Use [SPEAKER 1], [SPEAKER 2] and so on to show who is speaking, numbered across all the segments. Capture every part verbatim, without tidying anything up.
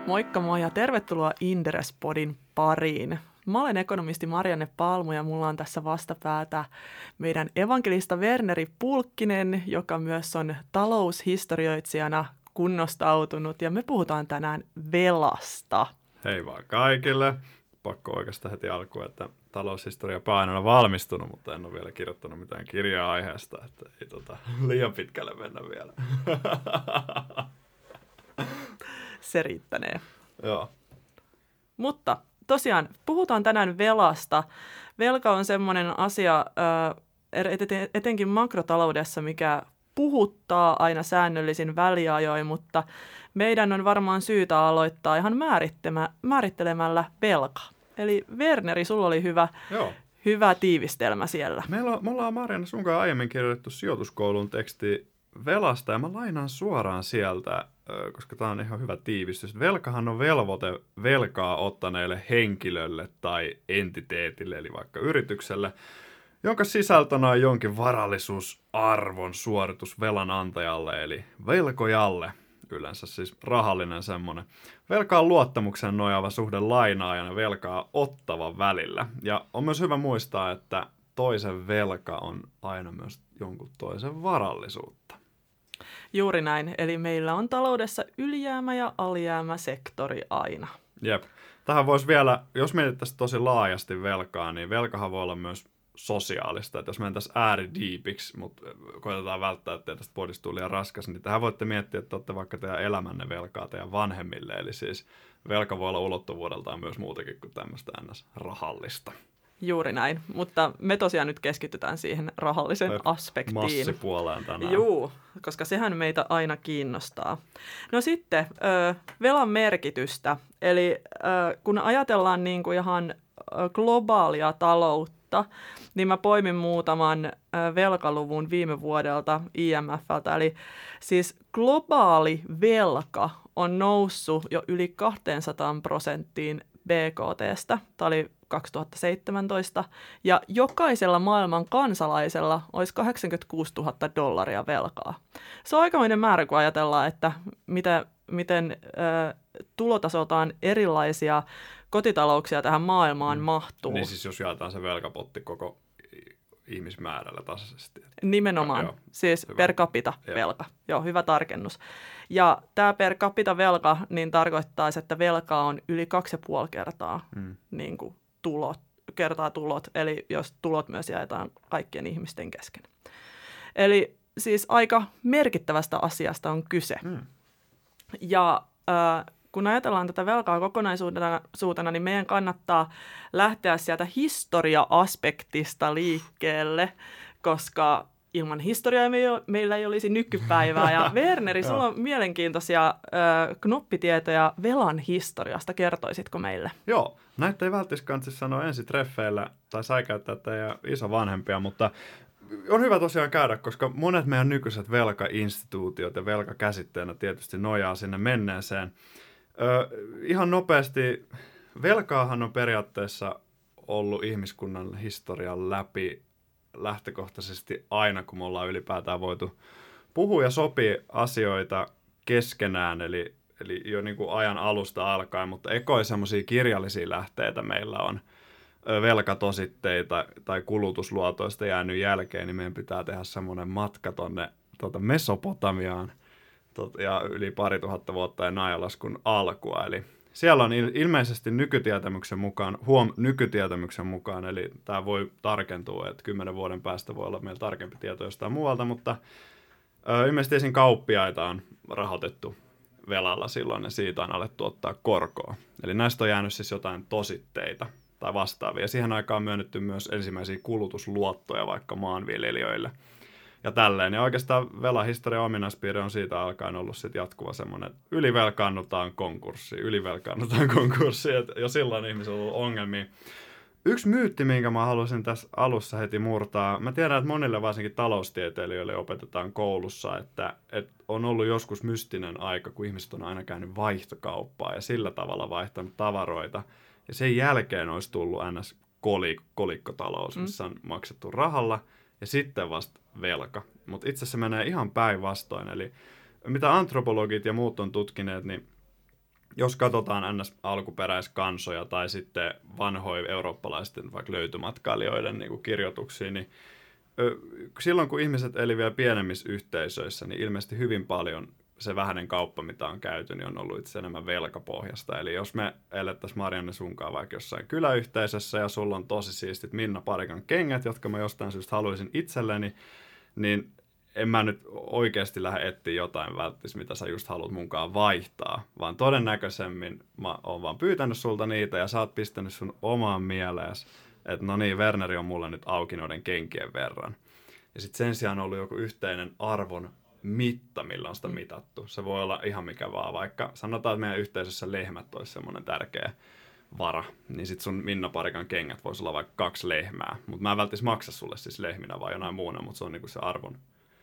[SPEAKER 1] Moikka moi ja tervetuloa Inderespodin pariin. Mä olen ekonomisti Marianne Palmu ja mulla on tässä vastapäätä meidän evankelista Werneri Pulkkinen, joka myös on taloushistorioitsijana kunnostautunut, ja me puhutaan tänään velasta.
[SPEAKER 2] Hei vaan kaikille. Pakko oikeastaan heti alkuun, että taloushistoria painona valmistunut, mutta en ole vielä kirjoittanut mitään kirjaa aiheesta, että ei tota, liian pitkälle mennä vielä.
[SPEAKER 1] Se riittänee.
[SPEAKER 2] Joo.
[SPEAKER 1] Mutta tosiaan puhutaan tänään velasta. Velka on semmoinen asia, etenkin makrotaloudessa, mikä puhuttaa aina säännöllisin väliajoin, mutta meidän on varmaan syytä aloittaa ihan määrittelemällä velka. Eli Werneri, sulla oli hyvä,
[SPEAKER 2] Joo.
[SPEAKER 1] hyvä tiivistelmä siellä.
[SPEAKER 2] Meillä on, me ollaan Marianne sunkaan aiemmin kirjoitettu sijoituskoulun teksti velasta, ja mä lainaan suoraan sieltä, koska tämä on ihan hyvä tiivistys. Velkahan on velvoite velkaa ottaneelle henkilölle tai entiteetille, eli vaikka yritykselle, jonka sisältönä on jonkin varallisuusarvon suoritus velan antajalle, eli velkojalle, yleensä siis rahallinen semmoinen. Velka on luottamuksen nojaava suhde lainaajan ja velkaa ottavan välillä. Ja on myös hyvä muistaa, että toisen velka on aina myös jonkun toisen varallisuutta.
[SPEAKER 1] Juuri näin, eli meillä on taloudessa ylijäämä- ja alijäämäsektori aina.
[SPEAKER 2] Jep. Tähän voisi vielä, jos mietittäisiin tosi laajasti velkaa, niin velkahan voi olla myös sosiaalista. Että jos mentäisiin ääridiipiksi, mutta koitetaan välttää, että tästä podista tuli liian raskas, niin tähän voitte miettiä, että olette vaikka teidän elämänne velkaa teidän vanhemmille. Eli siis velka voi olla ulottuvuudeltaan myös muutakin kuin tämmöistä ns. Rahallista.
[SPEAKER 1] Juuri näin, mutta me tosiaan nyt keskitytään siihen rahallisen
[SPEAKER 2] Me
[SPEAKER 1] aspektiin.
[SPEAKER 2] Massipuoleen tänään.
[SPEAKER 1] Juu, koska sehän meitä aina kiinnostaa. No sitten velan merkitystä, eli kun ajatellaan niin kuin ihan globaalia taloutta, niin mä poimin muutaman velkaluvun viime vuodelta I M F:ltä, eli siis globaali velka on noussut jo yli kaksisataa prosenttiin B K T:stä. Tämä oli kaksituhattaseitsemäntoista, ja jokaisella maailman kansalaisella olisi kahdeksankymmentäkuusituhatta dollaria velkaa. Se on aikamoinen määrä, kun ajatellaan, että mitä, miten äh, tulotasoltaan erilaisia kotitalouksia tähän maailmaan mm. mahtuu.
[SPEAKER 2] Niin siis jos jaetaan se velkapotti koko ihmismäärällä tasaisesti.
[SPEAKER 1] Nimenomaan,
[SPEAKER 2] Joo,
[SPEAKER 1] siis
[SPEAKER 2] hyvä.
[SPEAKER 1] per capita velka. Joo, hyvä tarkennus. Ja tämä per capita velka niin tarkoittaa, että velkaa on yli kaksi ja puoli kertaa mm. niin kuin tulot, kertaa tulot, eli jos tulot myös jaetaan kaikkien ihmisten kesken. Eli siis aika merkittävästä asiasta on kyse. Mm. Ja äh, kun ajatellaan tätä velkaa kokonaisuutena, niin meidän kannattaa lähteä sieltä historia-aspektista liikkeelle, koska ilman historiaa meillä ei olisi nykypäivää. Ja Werneri, sulla on mielenkiintoisia äh, knoppitietoja velan historiasta. Kertoisitko meille?
[SPEAKER 2] Joo, näitä ei välttämättä sanoa ensi treffeillä tai säikäyttää teidän isovanhempia, mutta on hyvä tosiaan käydä, koska monet meidän nykyiset velkainstituutiot ja velkakäsitteenä tietysti nojaa sinne menneeseen. Ö, ihan nopeasti, velkaahan on periaatteessa ollut ihmiskunnan historian läpi lähtökohtaisesti aina, kun me ollaan ylipäätään voitu puhua ja sopia asioita keskenään, eli, eli jo niin kuin ajan alusta alkaen, mutta ekoi semmoisia kirjallisia lähteitä meillä on velkatositteita tai kulutusluotoista jäänyt jälkeen, niin meidän pitää tehdä semmoinen matka tonne tuota Mesopotamiaan tot, ja yli pari tuhatta vuotta ennen ajanlaskun alkua, eli siellä on ilmeisesti nykytietämyksen mukaan, huom, nykytietämyksen mukaan, eli tämä voi tarkentua, että kymmenen vuoden päästä voi olla meillä tarkempi tieto jostain muualta, mutta ö, ilmeisesti esim. Kauppiaita on rahoitettu velalla silloin ja siitä on alettu ottaa korkoa. Eli näistä on jäänyt siis jotain tositteita tai vastaavia. Siihen aikaan on myönnetty myös ensimmäisiä kulutusluottoja vaikka maanviljelijöille. Ja tälleen. Ja oikeastaan velahistorian ominaispiirre on siitä alkaen ollut sit jatkuva semmoinen, että ylivelkaannutaan konkurssi, ylivelkaannutaan konkurssi, että jo silloin ihmisillä on ollut ongelmia. Yksi myytti, minkä mä haluaisin tässä alussa heti murtaa, mä tiedän, että monille varsinkin taloustieteilijöille opetetaan koulussa, että, että on ollut joskus mystinen aika, kun ihmiset on aina käynyt vaihtokauppaa ja sillä tavalla vaihtanut tavaroita. Ja sen jälkeen olisi tullut ns. Kolik- kolikkotalous, missä on maksettu rahalla ja sitten vasta velka. Mutta itse asiassa se menee ihan päinvastoin. Eli mitä antropologit ja muut on tutkineet, niin jos katsotaan ns. Alkuperäiskansoja tai sitten vanhoja eurooppalaisten vaikka löytömatkailijoiden niin kuin kirjoituksia, niin ö, silloin kun ihmiset eli vielä pienemmissä yhteisöissä, niin ilmeisesti hyvin paljon se vähäinen kauppa, mitä on käyty, niin on ollut itse enemmän velkapohjasta. Eli jos me elettäisiin Marianne sunkaan vaikka jossain kyläyhteisössä ja sulla on tosi siistit Minna Parikan kengät, jotka mä jostain syystä haluaisin itselleni, niin en mä nyt oikeasti lähde etsiä jotain välttis, mitä sä just haluat munkaan vaihtaa, vaan todennäköisemmin mä oon vaan pyytänyt sulta niitä ja sä oot pistänyt sun omaan mieleesi, että no niin, Werneri on mulle nyt auki noiden kenkien verran. Ja sitten sen sijaan on ollut joku yhteinen arvon mitta, millä on sitä mitattu. Se voi olla ihan mikä vaan, vaikka sanotaan, että meidän yhteisössä lehmät olisi semmoinen tärkeä vara, niin sit sun Minna Parikan kengät voisi olla vaikka kaksi lehmää, mutta mä en välttis maksa sulle siis lehminä vai jonain muuna, mutta se on niinku se arvon,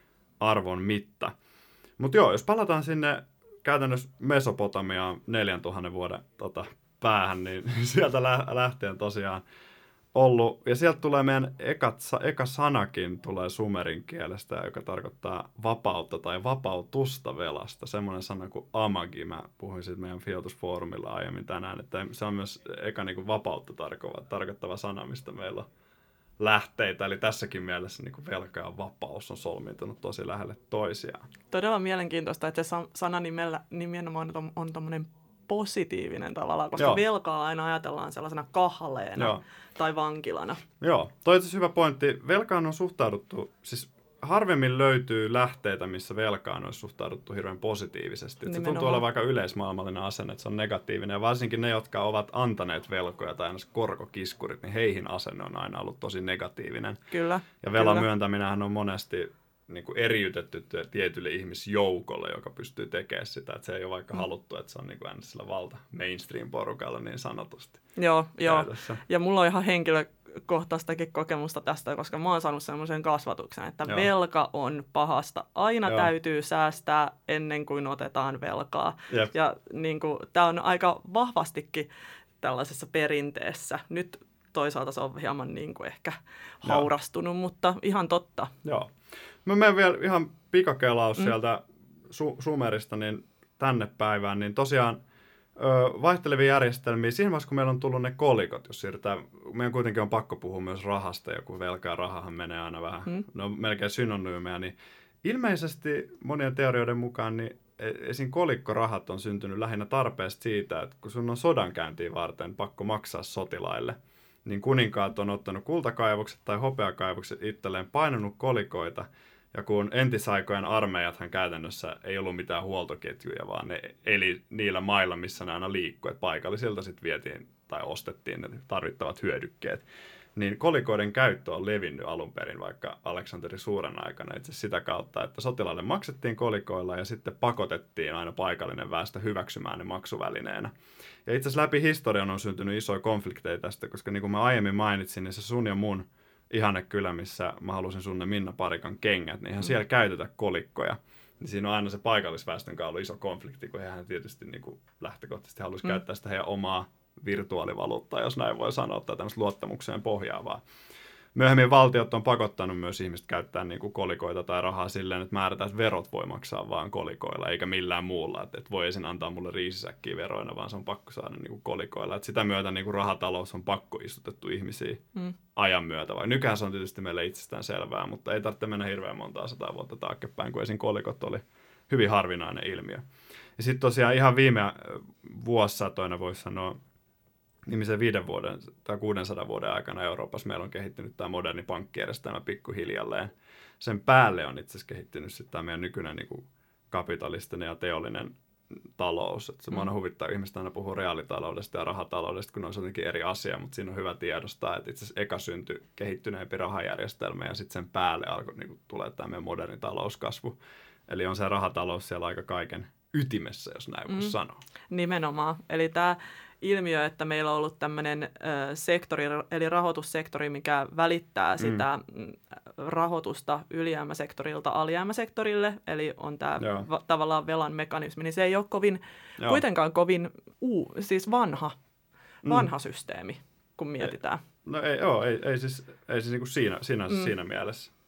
[SPEAKER 2] arvon mitta. Mutta joo, jos palataan sinne käytännössä Mesopotamiaan neljäntuhannen vuoden tota, päähän, niin sieltä lähtien tosiaan ollut, ja sieltä tulee meidän eka, eka sanakin tulee sumerin kielestä, joka tarkoittaa vapautta tai vapautusta velasta. Semmoinen sana kuin amagi, mä puhuin siitä meidän Fiotus-foorumilla aiemmin tänään, että se on myös eka niin kuin vapautta tarkoittava, tarkoittava sana, mistä meillä on lähteitä. Eli tässäkin mielessä niin kuin velka ja vapaus on solmiintunut tosi lähelle toisiaan.
[SPEAKER 1] Todella mielenkiintoista, että se sana nimellä, nimenomaan on, on tommoinen positiivinen tavallaan, koska Joo. velkaa aina ajatellaan sellaisena kahleena Joo. tai vankilana.
[SPEAKER 2] Joo, toi on hyvä pointti. Velkaan on suhtauduttu, siis harvemmin löytyy lähteitä, missä velkaan olisi suhtauduttu hirveän positiivisesti. Se tuntuu olevan aika yleismaailmallinen asenne, että se on negatiivinen. Ja varsinkin ne, jotka ovat antaneet velkoja tai aina korkokiskurit, niin heihin asenne on aina ollut tosi negatiivinen.
[SPEAKER 1] Kyllä.
[SPEAKER 2] Ja velan
[SPEAKER 1] kyllä.
[SPEAKER 2] myöntäminenhän on monesti niin kuin eriytetty tietylle ihmisjoukolle, joka pystyy tekemään sitä. Että se ei ole vaikka mm. haluttu, että se on niin kuin aina sillä valta mainstream-porukalla niin sanotusti.
[SPEAKER 1] Joo, joo. Ja mulla on ihan henkilökohtaistakin kokemusta tästä, koska mä oon saanut semmoisen kasvatuksen, että joo. velka on pahasta. Aina joo. täytyy säästää ennen kuin otetaan velkaa. Jep. Ja niin kuin, tää on aika vahvastikin tällaisessa perinteessä. Nyt toisaalta se on hieman niin kuin ehkä haurastunut, joo. mutta ihan totta.
[SPEAKER 2] Joo. Mä menen vielä ihan pikakelaus mm. sieltä su- Sumerista niin tänne päivään, niin tosiaan ö, vaihtelevia järjestelmiä, siinä vaiheessa kun meillä on tullut ne kolikot, jos siirrytään, meidän kuitenkin on pakko puhua myös rahasta, ja kun velka ja rahahan menee aina vähän, mm. ne on melkein synonyymejä, niin ilmeisesti monien teorioiden mukaan niin esim. Kolikkorahat on syntynyt lähinnä tarpeesta siitä, että kun sun on sodankäyntiin varten pakko maksaa sotilaille, niin kuninkaat on ottanut kultakaivokset tai hopeakaivokset itselleen, painanut kolikoita, ja kun entisaikojen armeijathan käytännössä ei ollut mitään huoltoketjuja, vaan ne eli niillä mailla, missä ne aina liikkuu, että paikallisilta sitten vietiin tai ostettiin ne tarvittavat hyödykkeet, niin kolikoiden käyttö on levinnyt alun perin vaikka Aleksanterin suuren aikana itse sitä kautta, että sotilaille maksettiin kolikoilla ja sitten pakotettiin aina paikallinen väestö hyväksymään ne maksuvälineenä. Ja itse asiassa läpi historian on syntynyt isoja konflikteja tästä, koska niin kuin mä aiemmin mainitsin, niin se sun ja mun ihannekylä, missä mä halusin sun ne Minna Parikan kengät, niin eihän siellä käytetä kolikkoja. Niin siinä on aina se paikallisväestön kanssa ollut iso konflikti, kun hehän tietysti niin kuin lähtökohtaisesti halusi mm. käyttää sitä heidän omaa virtuaalivaluuttaa, jos näin voi sanoa, tai tämmöistä luottamukseen pohjaavaa. Myöhemmin valtiot on pakottanut myös ihmiset käyttää niin kuin kolikoita tai rahaa silleen, että määrätään, että verot voi maksaa vaan kolikoilla, eikä millään muulla. Että et voi ensin antaa mulle riisisäkkiä veroina, vaan se on pakko saada niin kuin kolikoilla. Et sitä myötä niin kuin rahatalous on pakko istutettu ihmisiä mm. ajan myötä. Vai nykyään se on tietysti meille itsestään selvää, mutta ei tarvitse mennä hirveän montaa sataa vuotta taaksepäin, kun ensin kolikot oli hyvin harvinainen ilmiö. Ja sitten tosiaan ihan viime vuosisatoina voisi sanoa, nimisen viiden vuoden tai kuudensadan vuoden aikana Euroopassa meillä on kehittynyt tämä moderni pankkijärjestelmä pikkuhiljalleen. Sen päälle on itse asiassa kehittynyt sitten tämä meidän nykyinen niin kuin kapitalistinen ja teollinen talous. Että se mm. aina huvittaa, ihmiset aina puhuu reaalitaloudesta ja rahataloudesta, kun ne on jotenkin eri asia, mutta siinä on hyvä tiedostaa, että itse asiassa eka syntyi kehittyneempi rahajärjestelmä ja sitten sen päälle alkoi niin kuin tulee tämä meidän moderni talouskasvu. Eli on se rahatalous siellä aika kaiken ytimessä, jos näin mm. voi sanoa.
[SPEAKER 1] Nimenomaan. Eli tämä ilmiö, että meillä on ollut tämmöinen sektori, eli rahoitussektori, mikä välittää sitä mm. rahoitusta ylijäämäsektorilta alijäämäsektorille, eli on tämä va- tavallaan velan mekanismi, niin se ei ole kovin, Joo. kuitenkaan kovin uu, siis vanha, vanha mm. systeemi, kun mietitään.
[SPEAKER 2] No ei, joo, ei, ei siis, ei siis niin kuin siinä, siinä, mm. siinä mielessä.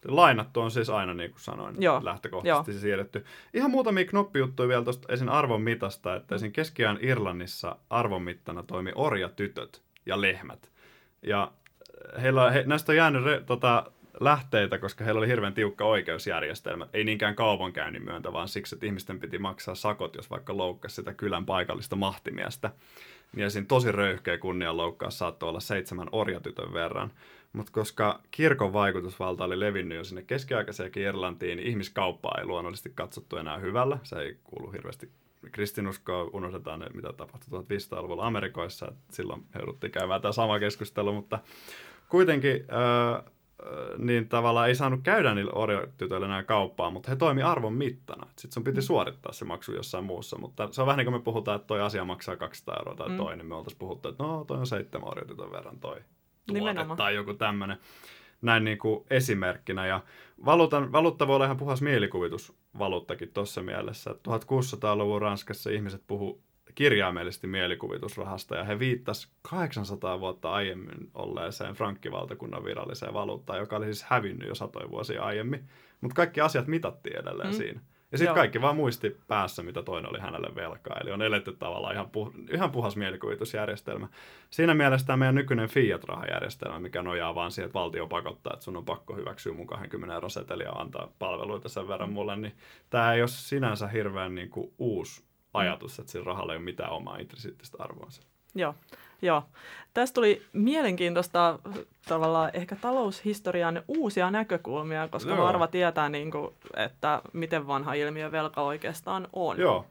[SPEAKER 2] Lainattu on siis aina, niin kuin sanoin,
[SPEAKER 1] Joo.
[SPEAKER 2] lähtökohtaisesti Joo. siirretty. Ihan muutamia knoppijuttuja vielä tuosta esim. Arvon mitasta, että esim. Keskiajan Irlannissa arvon mittana toimi orjatytöt ja lehmät. Ja heillä, he, näistä on jäänyt re, tota, lähteitä, koska heillä oli hirveän tiukka oikeusjärjestelmä. Ei niinkään kaupankäynnin myöntä, vaan siksi, että ihmisten piti maksaa sakot, jos vaikka loukkasi sitä kylän paikallista mahtimiestä. Ja siinä tosi röyhkeä kunnianloukkaus saattoi olla seitsemän orjatytön verran. Mutta koska kirkon vaikutusvalta oli levinnyt jo sinne keskiaikaiseenkin Irlantiin, niin ihmiskauppaa ei luonnollisesti katsottu enää hyvällä. Se ei kuulu hirveästi kristinuskoa, unohdetaan, mitä tapahtui tuhatviisisataaluvulla Amerikoissa. Silloin jouduttiin käymään tämä sama keskustelu, mutta kuitenkin öö, niin tavallaan ei saanut käydä niillä orjatytöillä enää kauppaa, mutta he toimi arvon mittana. Sitten sun piti suorittaa se maksu jossain muussa, mutta se on vähän niin kuin me puhutaan, että toi asia maksaa kaksisataa euroa tai mm. toi, niin me oltaisiin puhuttu, että no toi on seitsemän orjatytön verran toi tuote tai joku tämmöinen. Näin niin kuin esimerkkinä. Ja valuutan, valuutta voi olla ihan puhas mielikuvitusvaluuttakin tuossa mielessä. tuhatkuusisataaluvun Ranskassa ihmiset puhu kirjaimellisesti mielikuvitusrahasta, ja he viittasivat kahdeksansataa vuotta aiemmin olleeseen frankkivaltakunnan viralliseen valuuttaan, joka oli siis hävinnyt jo satoja vuosia aiemmin. Mutta kaikki asiat mitattiin edelleen mm. siinä. Ja sitten kaikki vaan muisti päässä, mitä toinen oli hänelle velkaa. Eli on eletty tavallaan ihan, puh- ihan puhas mielikuvitusjärjestelmä. Siinä mielessä tämä meidän nykyinen fiat-rahajärjestelmä, mikä nojaa vaan siihen, että valtio pakottaa, että sun on pakko hyväksyä mun kaksikymmentä euro seteliä ja antaa palveluita sen verran mulle, niin tämä ei ole sinänsä hirveän niin kuin uusi ajatus, että sillä rahalla ei ole mitään omaa intresiittistä arvoansa.
[SPEAKER 1] Joo, joo. Tästä tuli mielenkiintoista tavallaan ehkä taloushistorian uusia näkökulmia, koska joo. harva tietää, niin kuin, että miten vanha ilmiö velka oikeastaan on.
[SPEAKER 2] Joo.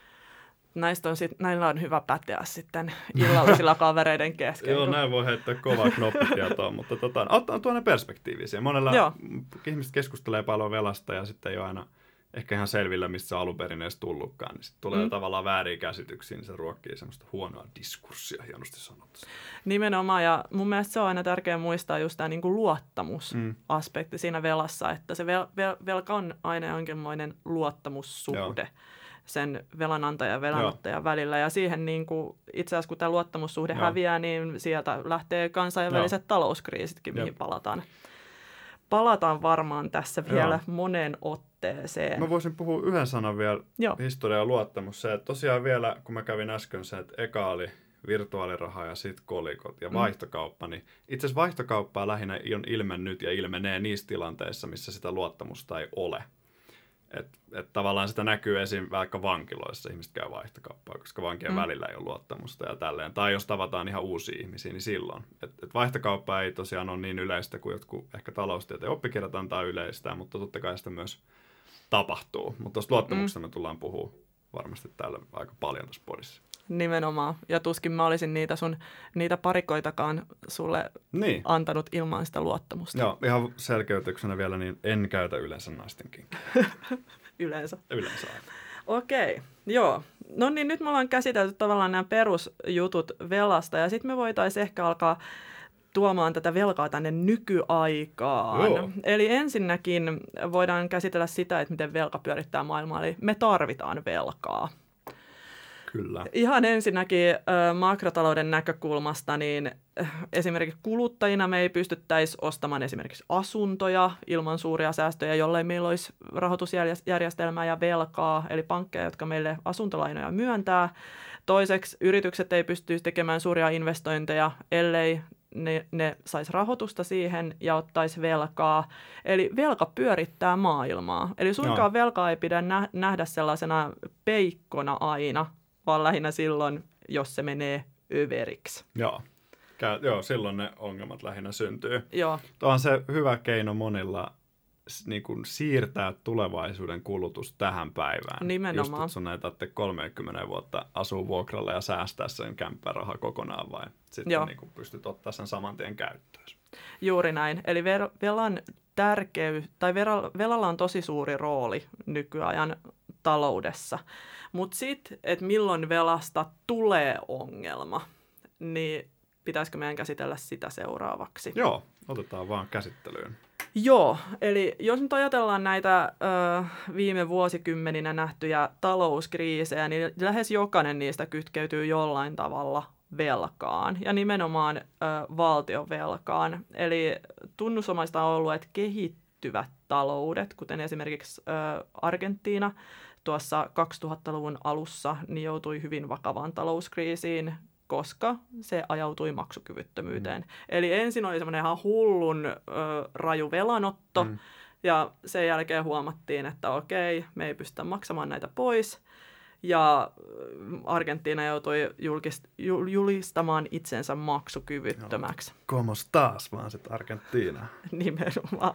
[SPEAKER 1] Näistä on sit, näillä on hyvä päteä sitten illallisilla kavereiden kesken.
[SPEAKER 2] Joo, kun... näin voi heittää kovaa knoppitietoa, mutta tota, ottaa tuonne perspektiivisiä. Monella joo. ihmiset keskustelee paljon velasta ja sitten ei ole aina ehkä ihan selvillä, mistä se alun perin edes tullutkaan, niin sitten tulee mm. tavallaan vääriä käsityksiä, niin se ruokkii semmoista huonoa diskurssia, hienosti sanottu.
[SPEAKER 1] Nimenomaan, ja mun mielestä se on aina tärkeää muistaa just tämä niin kuin luottamusaspekti mm. siinä velassa, että se vel- vel- velka on aina jonkinlainen luottamussuhde. Joo. sen velanantajan ja velanottajan Joo. välillä. Ja siihen niin kuin, itse asiassa, kun tämä luottamussuhde Joo. häviää, niin sieltä lähtee kansainväliset Joo. talouskriisitkin, mihin Joo. palataan. Palataan varmaan tässä vielä Joo. moneen otteeseen.
[SPEAKER 2] Mä voisin puhua yhden sanan vielä, Joo. historia ja luottamus. Se, että tosiaan vielä, kun mä kävin äsken se, että eka oli virtuaaliraha ja sitten kolikot ja vaihtokauppa, mm. niin itse asiassa vaihtokauppaa lähinnä on ilmennyt ja ilmenee niissä tilanteissa, missä sitä luottamusta ei ole. Että et tavallaan sitä näkyy esim. Vaikka vankiloissa ihmiset käy vaihtokauppaa, koska vankien mm. välillä ei ole luottamusta ja tälleen. Tai jos tavataan ihan uusia ihmisiä, niin silloin. Et, et vaihtokauppa ei tosiaan ole niin yleistä kuin jotkut ehkä taloustieteen oppikirjat antaa yleistää, mutta totta kai sitä myös tapahtuu. Mutta tuosta luottamuksesta mm. me tullaan puhua varmasti täällä aika paljon tuossa podissa.
[SPEAKER 1] Nimenomaan. Ja tuskin mä olisin niitä sun niitä parikoitakaan sulle niin. antanut ilman sitä luottamusta.
[SPEAKER 2] Joo, ihan selkeytyksenä vielä, niin en käytä yleensä naistenkin.
[SPEAKER 1] yleensä?
[SPEAKER 2] Yleensä.
[SPEAKER 1] Okei, okay. Joo. No niin, nyt me ollaan käsitelty tavallaan nämä perusjutut velasta, ja sitten me voitaisiin ehkä alkaa tuomaan tätä velkaa tänne nykyaikaan. Joo. Eli ensinnäkin voidaan käsitellä sitä, että miten velka pyörittää maailmaa, eli me tarvitaan velkaa.
[SPEAKER 2] Kyllä.
[SPEAKER 1] Ihan ensinnäkin äh, makrotalouden näkökulmasta, niin äh, esimerkiksi kuluttajina me ei pystyttäisi ostamaan esimerkiksi asuntoja ilman suuria säästöjä, jollei meillä olisi rahoitusjärjestelmää ja velkaa, eli pankkeja, jotka meille asuntolainoja myöntää. Toiseksi yritykset ei pystyisi tekemään suuria investointeja, ellei ne, ne saisi rahoitusta siihen ja ottaisi velkaa. Eli velka pyörittää maailmaa. Eli suinkaan no. velkaa ei pidä nähdä sellaisena peikkona aina, vaan lähinnä silloin, jos se menee överiksi.
[SPEAKER 2] Joo, Kä- joo silloin ne ongelmat lähinnä syntyy.
[SPEAKER 1] Joo.
[SPEAKER 2] Tuo on se hyvä keino monilla niin kuin siirtää tulevaisuuden kulutus tähän päivään.
[SPEAKER 1] Nimenomaan.
[SPEAKER 2] Just, että sun ei tarvitse kolmekymmentä vuotta asua vuokralla ja säästää sen kämppärahaa kokonaan, vai sitten niin kuin pystyt ottaa sen saman tien käyttöön.
[SPEAKER 1] Juuri näin. Eli ver- velan tärkeys, tai ver- velalla on tosi suuri rooli nykyajan taloudessa. Mutta sitten, että milloin velasta tulee ongelma, niin pitäisikö meidän käsitellä sitä seuraavaksi?
[SPEAKER 2] Joo, otetaan vaan käsittelyyn.
[SPEAKER 1] Joo, eli jos nyt ajatellaan näitä ö, viime vuosikymmeninä nähtyjä talouskriisejä, niin lähes jokainen niistä kytkeytyy jollain tavalla velkaan, ja nimenomaan ö, valtionvelkaan. Eli tunnusomaista on ollut, että kehittynyt kehittyvät taloudet, kuten esimerkiksi ö, Argentiina tuossa kaksituhattaluvun alussa, niin joutui hyvin vakavaan talouskriisiin, koska se ajautui maksukyvyttömyyteen. Mm. Eli ensin oli semmoinen ihan hullun ö, raju velanotto, mm. ja sen jälkeen huomattiin, että okei, me ei pystytä maksamaan näitä pois. Ja Argentiina joutui julkist, julistamaan itsensä maksukyvyttömäksi.
[SPEAKER 2] Komos taas vaan sit Argentiina.
[SPEAKER 1] Nimenomaan.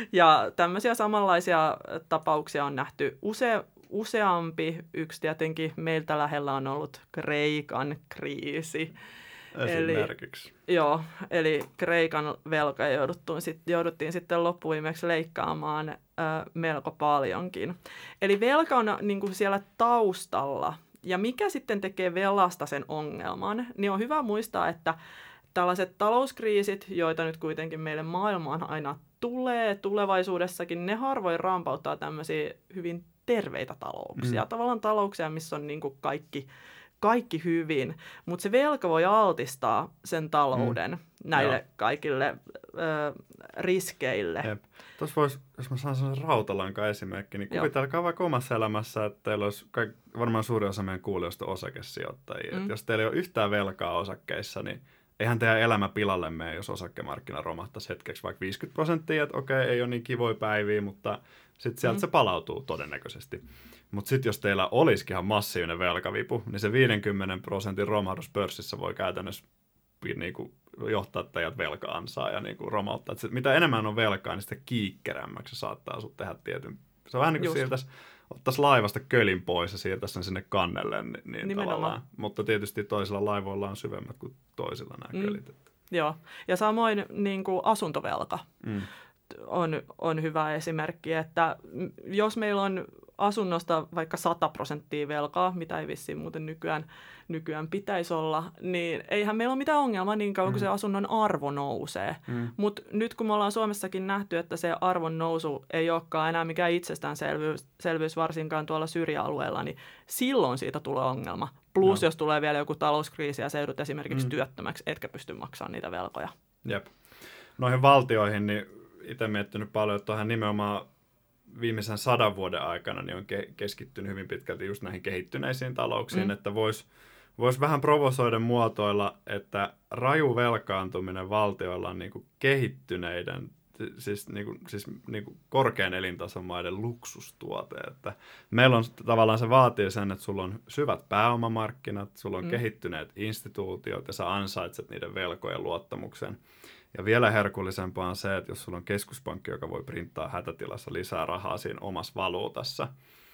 [SPEAKER 1] Ja tämmöisiä samanlaisia tapauksia on nähty use, useampi. Yksi tietenkin meiltä lähellä on ollut Kreikan kriisi.
[SPEAKER 2] Esimerkiksi.
[SPEAKER 1] Eli, joo, eli Kreikan velka jouduttiin, sit, jouduttiin sitten loppuviimeksi leikkaamaan ö, melko paljonkin. Eli velka on niin kuin siellä taustalla. Ja mikä sitten tekee velasta sen ongelman, niin on hyvä muistaa, että tällaiset talouskriisit, joita nyt kuitenkin meille maailmaan aina tulee tulevaisuudessakin, ne harvoin rampauttaa tämmöisiä hyvin terveitä talouksia. Mm. Tavallaan talouksia, missä on niin kuin kaikki... kaikki hyvin, mutta se velka voi altistaa sen talouden mm. näille Joo. kaikille ö, riskeille.
[SPEAKER 2] Tuossa voisi, jos mä saan sellaisen rautalanka esimerkki, niin kuvitelkaa vaikka omassa elämässä, että teillä olisi kaik, varmaan suuri osa meidän kuulijoista osakesijoittajia. Mm. Jos teillä ei ole yhtään velkaa osakkeissa, niin eihän teidän elämä pilalle mene, jos osakkemarkkina romahtaisi hetkeksi vaikka viisikymmentä prosenttia, että okei, ei ole niin kivoja päiviä, mutta sitten sieltä mm. se palautuu todennäköisesti. Mutta sitten jos teillä olisikin ihan massiivinen velkavipu, niin se viidenkymmenen prosentin romahdus pörssissä voi käytännössä niinku johtaa teidät velka-ansaan ja niinku romauttaa. Et se, mitä enemmän on velkaa, niin sitä kiikkerämmäksi se saattaa sut tehdä tietyn. Se on vähän niin kuin siirtäisi, ottaisi laivasta kölin pois ja siirtäisi sen sinne kannelle. Niin tavallaan. Mutta tietysti toisilla laivoilla on syvemmät kuin toisilla nämä mm. kölit.
[SPEAKER 1] Joo, ja samoin niin kuin asuntovelka mm. on, on hyvä esimerkki, että jos meillä on asunnosta vaikka sata prosenttia velkaa, mitä ei vissiin muuten nykyään, nykyään pitäisi olla, niin eihän meillä ole mitään ongelmaa niin kauan, mm. kun se asunnon arvo nousee. Mm. Mutta nyt kun me ollaan Suomessakin nähty, että se arvon nousu ei olekaan enää mikään itsestäänselvyys selvyys varsinkaan tuolla syrjäalueella, niin silloin siitä tulee ongelma. Plus, no. jos tulee vielä joku talouskriisi ja seudut esimerkiksi mm. työttömäksi, etkä pysty maksamaan niitä velkoja.
[SPEAKER 2] Jep. Noihin valtioihin, niin itse miettinyt paljon, että onhan nimenomaan viimeisen sadan vuoden aikana niin on ke- keskittynyt hyvin pitkälti just näihin kehittyneisiin talouksiin, mm. että voisi vois vähän provosoida muotoilla, että raju velkaantuminen valtioilla on niin kuin kehittyneiden, siis, niin kuin, siis niin kuin korkean elintason maiden luksustuote. Että meillä on tavallaan se vaatii sen, että sulla on syvät pääomamarkkinat, sulla on mm. kehittyneet instituutiot ja sä ansaitset niiden velkojen luottamuksen. Ja vielä herkullisempaa on se, että jos sulla on keskuspankki, joka voi printtaa hätätilassa lisää rahaa siinä omassa valuutassa,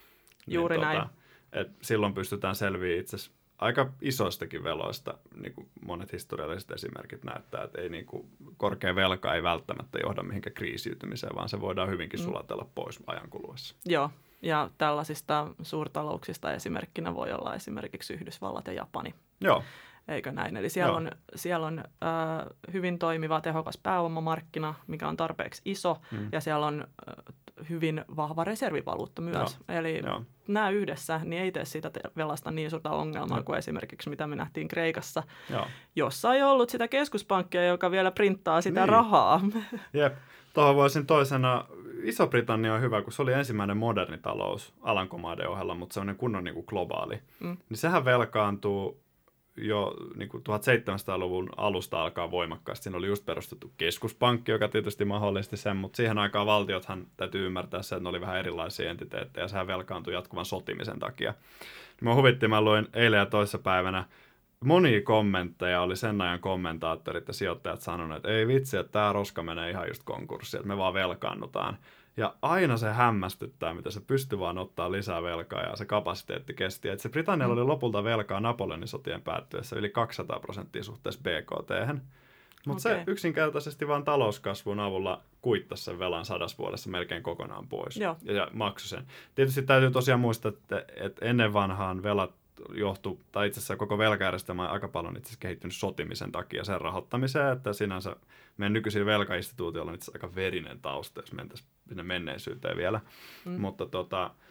[SPEAKER 1] Juuri
[SPEAKER 2] niin
[SPEAKER 1] näin.
[SPEAKER 2] Tota, et silloin pystytään selviämään itse asiassa aika isoistakin veloista, niin kuin monet historialliset esimerkit näyttää, että ei, niin kuin, korkea velka ei välttämättä johda mihinkään kriisiytymiseen, vaan se voidaan hyvinkin mm. sulatella pois ajan kuluessa.
[SPEAKER 1] Joo, ja tällaisista suurtalouksista esimerkkinä voi olla esimerkiksi Yhdysvallat ja Japani.
[SPEAKER 2] Joo.
[SPEAKER 1] Eikö näin? Eli siellä Joo. on, siellä on äh, hyvin toimiva, tehokas pääomamarkkina, mikä on tarpeeksi iso, mm. ja siellä on äh, hyvin vahva reservivaluutta myös. Joo. Eli Joo. nämä yhdessä niin ei tee siitä velasta niin suurta ongelmaa Joo. kuin esimerkiksi mitä me nähtiin Kreikassa, Joo. jossa ei ollut sitä keskuspankkia, joka vielä printtaa sitä niin. rahaa.
[SPEAKER 2] Jep. Tuohon voisin toisena, Iso-Britannia on hyvä, kun se oli ensimmäinen moderni talous Alankomaiden ohella, mutta se on kunnon niin kuin globaali. Mm. Niin sehän velkaantuu jo niin kuin tuhatseitsemänsataaluvun alusta alkaa voimakkaasti. Siinä oli just perustettu keskuspankki, joka tietysti mahdollisti sen, mutta siihen aikaan valtiothan täytyy ymmärtää se, että ne oli vähän erilaisia entiteettejä, ja sehän velkaantui jatkuvan sotimisen takia. Mä huvittiin, mä luin eilen ja toissapäivänä monia kommentteja, oli sen ajan kommentaattorit ja sijoittajat sanoneet, että ei vitsi, että tämä roska menee ihan just konkurssiin, että me vaan velkaannutaan. Ja aina se hämmästyttää, mitä se pystyy vaan ottaa lisää velkaa ja se kapasiteetti kesti. Et se Britannialla oli lopulta velkaa Napoleonin sotien päättyessä yli kaksisataa prosenttia suhteessa B K T:hen. Mutta okay. se yksinkertaisesti vaan talouskasvun avulla kuittasi sen velan sadas vuodessa melkein kokonaan pois ja, ja maksoi sen. Tietysti täytyy tosiaan muistaa, että, että ennen vanhaan velat johtuu, tai itse asiassa koko velkajärjestelmä on aika paljon itse asiassa kehittynyt sotimisen takia sen rahoittamiseen, että sinänsä meidän nykyisillä velkainstituutioilla on itse asiassa aika verinen tausta, jos mentäisiin sinne menneisyyteen vielä. Mm. Mutta tota,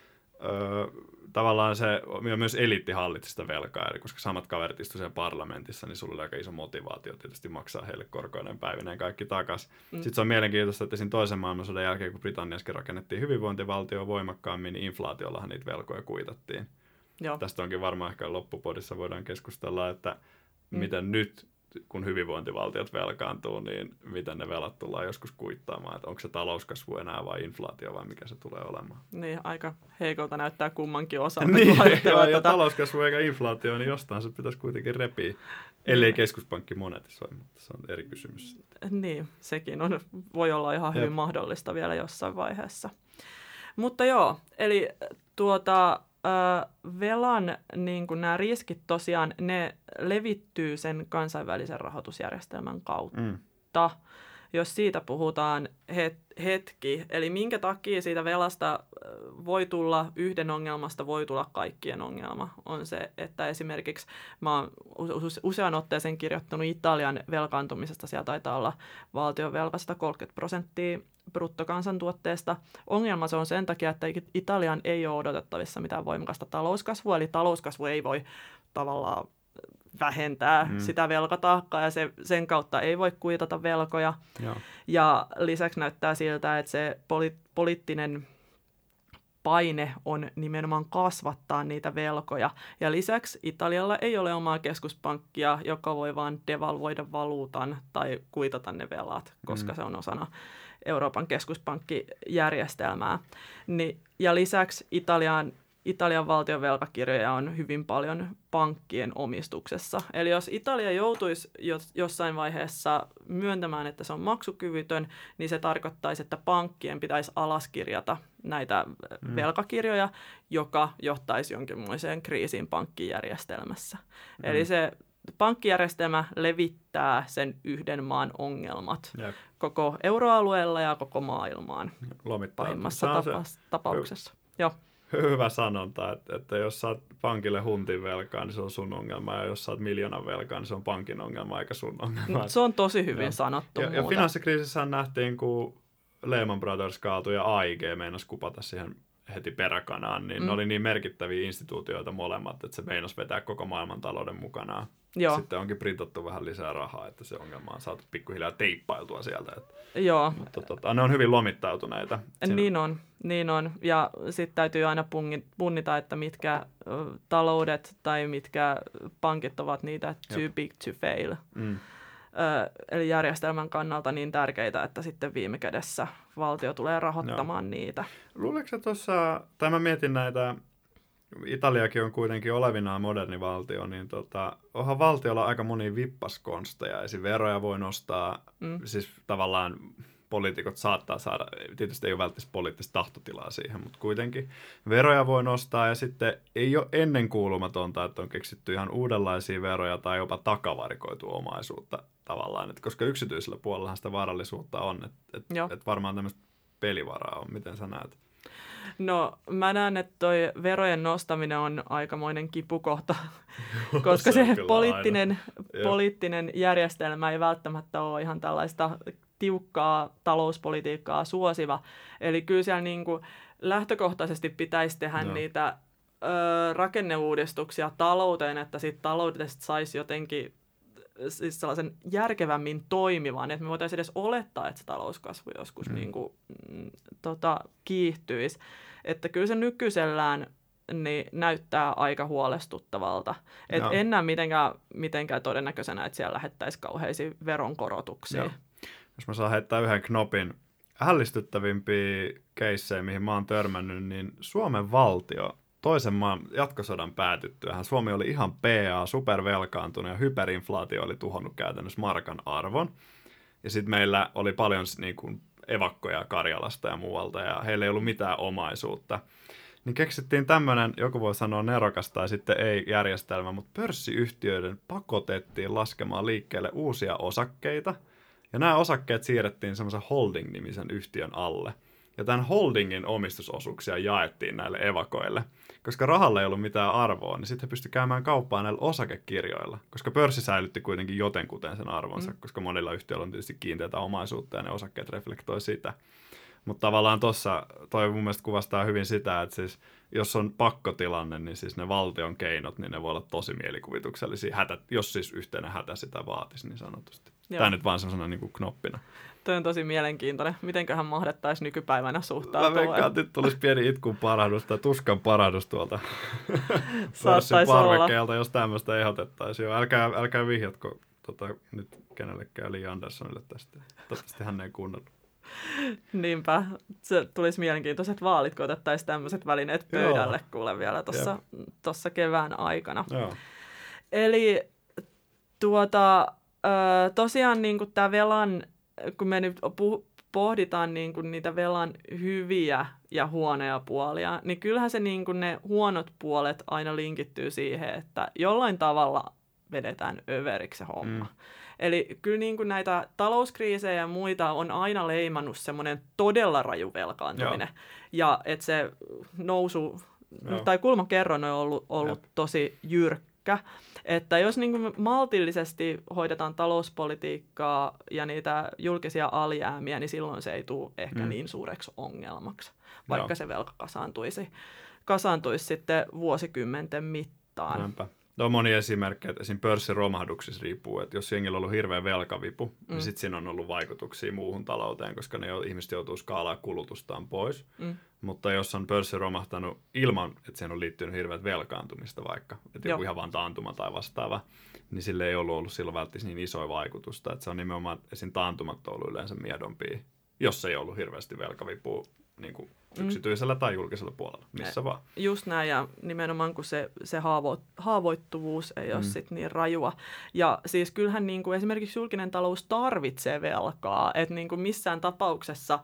[SPEAKER 2] öö, tavallaan se, myös eliitti hallitsi sitä velkaa, eli koska samat kaverit istuivat siellä parlamentissa, niin sulla oli aika iso motivaatio tietysti maksaa heille korkoinen päivineen kaikki takaisin. Mm. Sitten se on mielenkiintoista, että siinä toisen maailmansodan jälkeen, kun Britanniassakin rakennettiin hyvinvointivaltio voimakkaammin, niin inflaatiollahan niitä velkoja kuitattiin. Joo. Tästä onkin varmaan ehkä loppupodissa voidaan keskustella, että mm. miten nyt, kun hyvinvointivaltiot velkaantuu, niin miten ne velat tullaan joskus kuittaamaan, että onko se talouskasvu enää vai inflaatio vai mikä se tulee olemaan.
[SPEAKER 1] Niin, aika heikolta näyttää kummankin osalta.
[SPEAKER 2] Niin, ja, ja talouskasvu eikä inflaatio, niin jostain se pitäisi kuitenkin repiä, ellei keskuspankki monetisoi, mutta se on eri kysymys.
[SPEAKER 1] Niin, sekin on, voi olla ihan hyvin Jep. mahdollista vielä jossain vaiheessa. Mutta joo, eli tuota... velan niin kuin nämä riskit tosiaan, ne levittyy sen kansainvälisen rahoitusjärjestelmän kautta. Mm. Jos siitä puhutaan het- hetki, eli minkä takia siitä velasta voi tulla, yhden ongelmasta voi tulla kaikkien ongelma, on se, että esimerkiksi mä oon usean otteeseen kirjoittanut Italian velkaantumisesta, siellä taitaa olla valtion velka sata kolmekymmentä prosenttia bruttokansantuotteesta. Ongelma se on sen takia, että Italian ei ole odotettavissa mitään voimakasta talouskasvua, eli talouskasvu ei voi tavallaan vähentää mm. sitä velkataakkaa ja se, sen kautta ei voi kuitata velkoja. Joo. Ja lisäksi näyttää siltä, että se poli- poliittinen paine on nimenomaan kasvattaa niitä velkoja. Ja lisäksi Italialla ei ole omaa keskuspankkia, joka voi vaan devalvoida valuutan tai kuitata ne velat, koska mm. se on osana Euroopan keskuspankkijärjestelmää. Ni, ja lisäksi Italian Italian valtion velkakirjoja on hyvin paljon pankkien omistuksessa. Eli jos Italia joutuisi jossain vaiheessa myöntämään, että se on maksukyvytön, niin se tarkoittaisi, että pankkien pitäisi alaskirjata näitä mm. velkakirjoja, joka johtaisi jonkinlaiseen kriisiin pankkijärjestelmässä. Mm. Eli se pankkijärjestelmä levittää sen yhden maan ongelmat Jep. koko euroalueella ja koko maailmaan pahimmassa tapa- tapauksessa. Joo.
[SPEAKER 2] Hyvä sanonta, että, että jos saat pankille huntin velkaa, niin se on sun ongelma, ja jos saat miljoonan velkaa, niin se on pankin ongelma, eikä sun ongelma.
[SPEAKER 1] Se on tosi hyvin ja, sanottu.
[SPEAKER 2] Ja, ja finanssikriisissä nähtiin, kun Lehman Brothers kaatui ja A I G meinasi kupata siihen heti peräkanaan, niin mm. ne oli niin merkittäviä instituutioita molemmat, että se meinasi vetää koko maailman talouden mukanaan. Joo. Sitten onkin printattu vähän lisää rahaa, että se ongelma on saatu pikkuhiljaa teippailtua sieltä. Että,
[SPEAKER 1] Joo.
[SPEAKER 2] Mutta tota, ne on hyvin lomittautuneita. Siinä...
[SPEAKER 1] Niin on, niin on. Ja sitten täytyy aina punnita, että mitkä uh, taloudet tai mitkä pankit ovat niitä too Jep. big to fail. Mm. Uh, eli järjestelmän kannalta niin tärkeitä, että sitten viime kädessä valtio tulee rahoittamaan Joo. niitä.
[SPEAKER 2] Luuletko tuossa, tai mä mietin näitä, Italiakin on kuitenkin olevinaan moderni valtio, niin tota, onhan valtiolla aika monia vippaskonsteja. Esim. Veroja voi nostaa, mm. siis tavallaan poliitikot saattaa saada, tietysti ei ole välttämättä poliittista tahtotilaa siihen, mutta kuitenkin veroja voi nostaa ja sitten ei ole ennenkuulumatonta, että on keksitty ihan uudenlaisia veroja tai jopa takavarikoitu omaisuutta tavallaan, että koska yksityisellä puolellahan sitä varallisuutta on, että et, et varmaan tämmöistä pelivaraa on. Miten sä näet?
[SPEAKER 1] No mä näen, että toi verojen nostaminen on aikamoinen kipukohta, koska se, se poliittinen, poliittinen järjestelmä ei välttämättä ole ihan tällaista tiukkaa talouspolitiikkaa suosiva. Eli kyllä siellä niin kuin lähtökohtaisesti pitäisi tehdä no. niitä ö, rakenneuudistuksia talouteen, että siitä taloudesta saisi jotenkin siis sellaisen järkevämmin toimivan, että me voitaisiin edes olettaa, että se talouskasvu joskus mm. niin kuin, mm, tota, kiihtyisi. Että kyllä se nykyisellään niin näyttää aika huolestuttavalta. Et en näe mitenkään, mitenkään todennäköisenä, että siellä lähettäisiin kauheisiin veronkorotuksia. Joo.
[SPEAKER 2] Jos mä saan heittää yhden knopin ällistyttävimpiä keissejä, mihin mä oon törmännyt, niin Suomen valtio toisen maan jatkosodan päätyttyähän Suomi oli ihan P A, supervelkaantunut ja hyperinflaatio oli tuhonnut käytännössä markan arvon. Ja sitten meillä oli paljon niin kuin evakkoja Karjalasta ja muualta ja heillä ei ollut mitään omaisuutta. Niin keksittiin tämmöinen, joku voi sanoa nerokas tai sitten ei järjestelmä, mutta pörssiyhtiöiden pakotettiin laskemaan liikkeelle uusia osakkeita. Ja nämä osakkeet siirrettiin semmoisen holding-nimisen yhtiön alle. Ja tämän holdingin omistusosuuksia jaettiin näille evakoille. Koska rahalla ei ollut mitään arvoa, niin sitten he pystyivät käymään kauppaa näillä osakekirjoilla. Koska pörssi säilytti kuitenkin jotenkuten sen arvonsa, mm. koska monilla yhtiöillä on tietysti kiinteätä omaisuutta ja ne osakkeet reflektoi sitä. Mutta tavallaan tuossa toi mun mielestä kuvastaa hyvin sitä, että siis jos on pakkotilanne, niin siis ne valtion keinot, niin ne voi olla tosi mielikuvituksellisia, hätä, jos siis yhtenä hätä sitä vaatisi niin sanotusti. Joo. Tämä nyt vaan semmoisena niin kuin knoppina.
[SPEAKER 1] Toi on tosi mielenkiintoinen. Mitenköhän mahdettaisiin nykypäivänä suhtautua?
[SPEAKER 2] Mä veikkaan, että nyt tulisi pieni itkun parahdus tai tuskan parahdus tuolta pörssin parvekkeelta, jos tämmöistä ehdotettaisiin. Joo, älkää, älkää vihjatko tota, nyt kenellekään Li Anderssonille tästä. Toivottavasti hän ei kuunnellut.
[SPEAKER 1] Niinpä. Se tulisi mielenkiintoiset vaalit, kun otettaisiin tämmöiset välineet pöydälle kuule vielä tuossa kevään aikana.
[SPEAKER 2] Joo.
[SPEAKER 1] Eli tuota, tosiaan niin tämä velan, kun me nyt pohditaan niin kuin niitä velan hyviä ja huonoja puolia, niin kyllähän se niin kuin ne huonot puolet aina linkittyy siihen, että jollain tavalla vedetään överiksi se homma. Mm. Eli kyllä niin kuin näitä talouskriisejä ja muita on aina leimannut semmoinen todella raju velkaantuminen. Joo. Ja että se nousu, Joo. tai kulmakerroin on ollut, ollut tosi jyrkkä. Että jos niin kuin maltillisesti hoidetaan talouspolitiikkaa ja niitä julkisia alijäämiä, niin silloin se ei tule ehkä mm. niin suureksi ongelmaksi, vaikka Joo. se velka kasaantuisi, kasaantuisi sitten vuosikymmenten mittaan.
[SPEAKER 2] Näinpä. No on monia esimerkkejä, että esim. Pörssiromahduksissa riippuu, että jos jengillä on ollut hirveä velkavipu, mm. niin sitten siinä on ollut vaikutuksia muuhun talouteen, koska ne ihmiset joutuu skaalaa kulutustaan pois. Mm. Mutta jos on pörssi romahtanut ilman, että siihen on liittynyt hirveät velkaantumista vaikka, että joku ihan vaan taantuma tai vastaava, niin sille ei ollut ollut silloin välttämättä niin isoa vaikutusta. Että se on nimenomaan, esim. Taantumat on ollut yleensä miedompia, jos ei ollut hirveästi velkavipua niin kuin yksityisellä mm. tai julkisella puolella, missä ja, vaan.
[SPEAKER 1] Just näin, ja nimenomaan kun se, se haavo, haavoittuvuus ei mm. ole sit niin rajua. Ja siis kyllähän niin kuin esimerkiksi julkinen talous tarvitsee velkaa, että niin kuin missään tapauksessa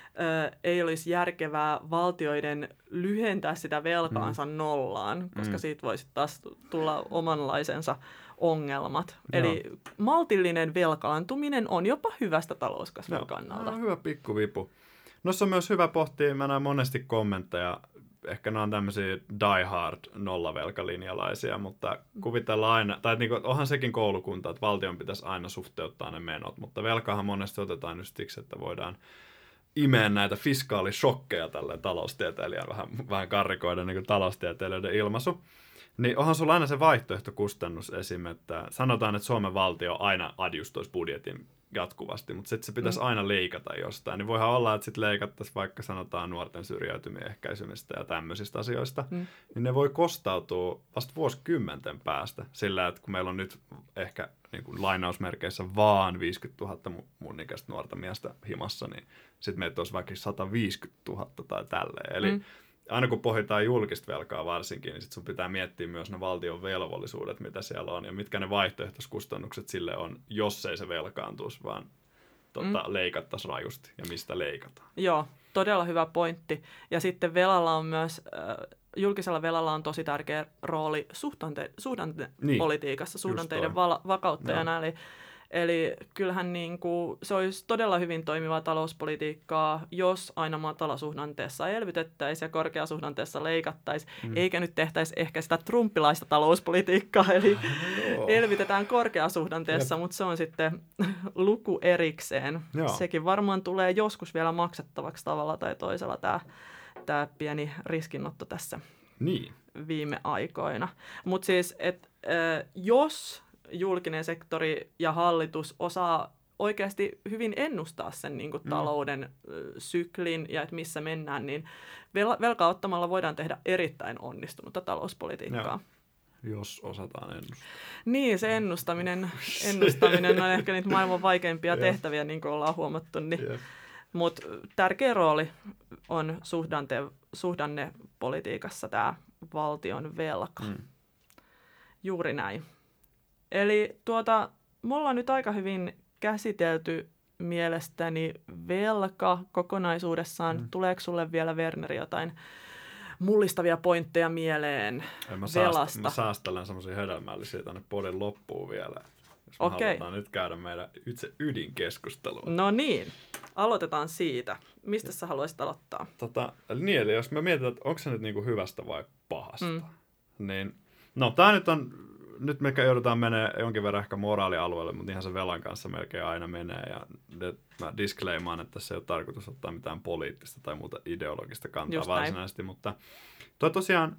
[SPEAKER 1] ö, ei olisi järkevää valtioiden lyhentää sitä velkaansa mm. nollaan, koska mm. siitä voisi taas tulla omanlaisensa ongelmat. Joo. Eli maltillinen velkaantuminen on jopa hyvästä talouskasvun Joo. kannalta.
[SPEAKER 2] No, hyvä pikkuvipu. Noissa on myös hyvä pohtia, mä näen monesti kommentteja, ehkä nämä on tämmöisiä die hard nollavelkalinjalaisia, mutta kuvitellaan aina, tai niin kuin, onhan sekin koulukunta, että valtion pitäisi aina suhteuttaa ne menot, mutta velkaahan monesti otetaan just siksi, että voidaan imeä näitä fiskaalishokkeja tälle taloustieteilijän, vähän, vähän karrikoiden niin kuin taloustieteilijöiden ilmaisu. Niin onhan sulla aina se vaihtoehtokustannus esim. Että sanotaan, että Suomen valtio aina adjustoisi budjetin jatkuvasti, mutta sitten se pitäisi mm. aina leikata jostain. Niin voihan olla, että sitten leikattaisiin vaikka sanotaan nuorten syrjäytymien ehkäisymistä ja tämmöisistä asioista, mm. niin ne voi kostautua vasta vuosikymmenten päästä sillä, että kun meillä on nyt ehkä niin kuin lainausmerkeissä vaan viisikymmentätuhatta mun ikäistä nuorta miestä himassa, niin sitten meitä olisi vaikka sata viisikymmentätuhatta tai tälleen. Eli mm. aina kun pohditaan julkista velkaa varsinkin, niin sit sun pitää miettiä myös ne valtion velvollisuudet, mitä siellä on, ja mitkä ne vaihtoehtoiskustannukset sille on, jos ei se velkaantuisi, vaan tota, mm. leikattaisi rajusti, ja mistä leikataan.
[SPEAKER 1] Joo, todella hyvä pointti. Ja sitten velalla on myös, äh, julkisella velalla on tosi tärkeä rooli suhdante- suhdantepolitiikassa, niin, suhdanteiden vala- vakauttajana, eli Eli kyllähän niin kuin, se olisi todella hyvin toimivaa talouspolitiikkaa, jos aina matalasuhdanteessa elvytettäisiin ja korkeasuhdanteessa leikattaisiin, mm. eikä nyt tehtäisi ehkä sitä trumpilaista talouspolitiikkaa, eli no. elvytetään korkeasuhdanteessa, mutta se on sitten luku erikseen. Joo. Sekin varmaan tulee joskus vielä maksettavaksi tavalla tai toisella tämä, tämä pieni riskinotto tässä
[SPEAKER 2] niin.
[SPEAKER 1] viime aikoina. Mutta siis, että äh, jos julkinen sektori ja hallitus osaa oikeasti hyvin ennustaa sen niin kuin, talouden mm. syklin ja että missä mennään, niin vel- velkaa ottamalla voidaan tehdä erittäin onnistunutta talouspolitiikkaa.
[SPEAKER 2] Ja, jos osataan ennustaa.
[SPEAKER 1] Niin, se ennustaminen, ennustaminen on ehkä niitä maailman vaikeimpia tehtäviä, niin kuin ollaan huomattu. Niin. Mutta tärkeä rooli on suhdante, suhdannepolitiikassa tämä valtion velka. Mm. Juuri näin. Eli tuota, me ollaan nyt aika hyvin käsitelty mielestäni velka kokonaisuudessaan. Mm. Tuleeko sulle vielä, Werneri, jotain mullistavia pointteja mieleen
[SPEAKER 2] Ei, mä
[SPEAKER 1] velasta?
[SPEAKER 2] Saast, mä saastelen semmoisia hedelmällisiä tänne podin loppuun vielä. Jos me
[SPEAKER 1] okay.
[SPEAKER 2] halutaan nyt käydä meidän itse ydinkeskustelua.
[SPEAKER 1] No niin, aloitetaan siitä. Mistä sä haluaisit aloittaa?
[SPEAKER 2] Tota, niin, eli jos me mietitään, että onko se nyt niinku hyvästä vai pahasta, mm. niin no tää nyt on nyt me joudutaan menemään jonkin verran ehkä moraalialueelle, mutta ihan se velan kanssa melkein aina menee. Ja de, mä disclaimaan, että tässä ei ole tarkoitus ottaa mitään poliittista tai muuta ideologista kantaa
[SPEAKER 1] Just
[SPEAKER 2] varsinaisesti. Näin. Mutta toi tosiaan,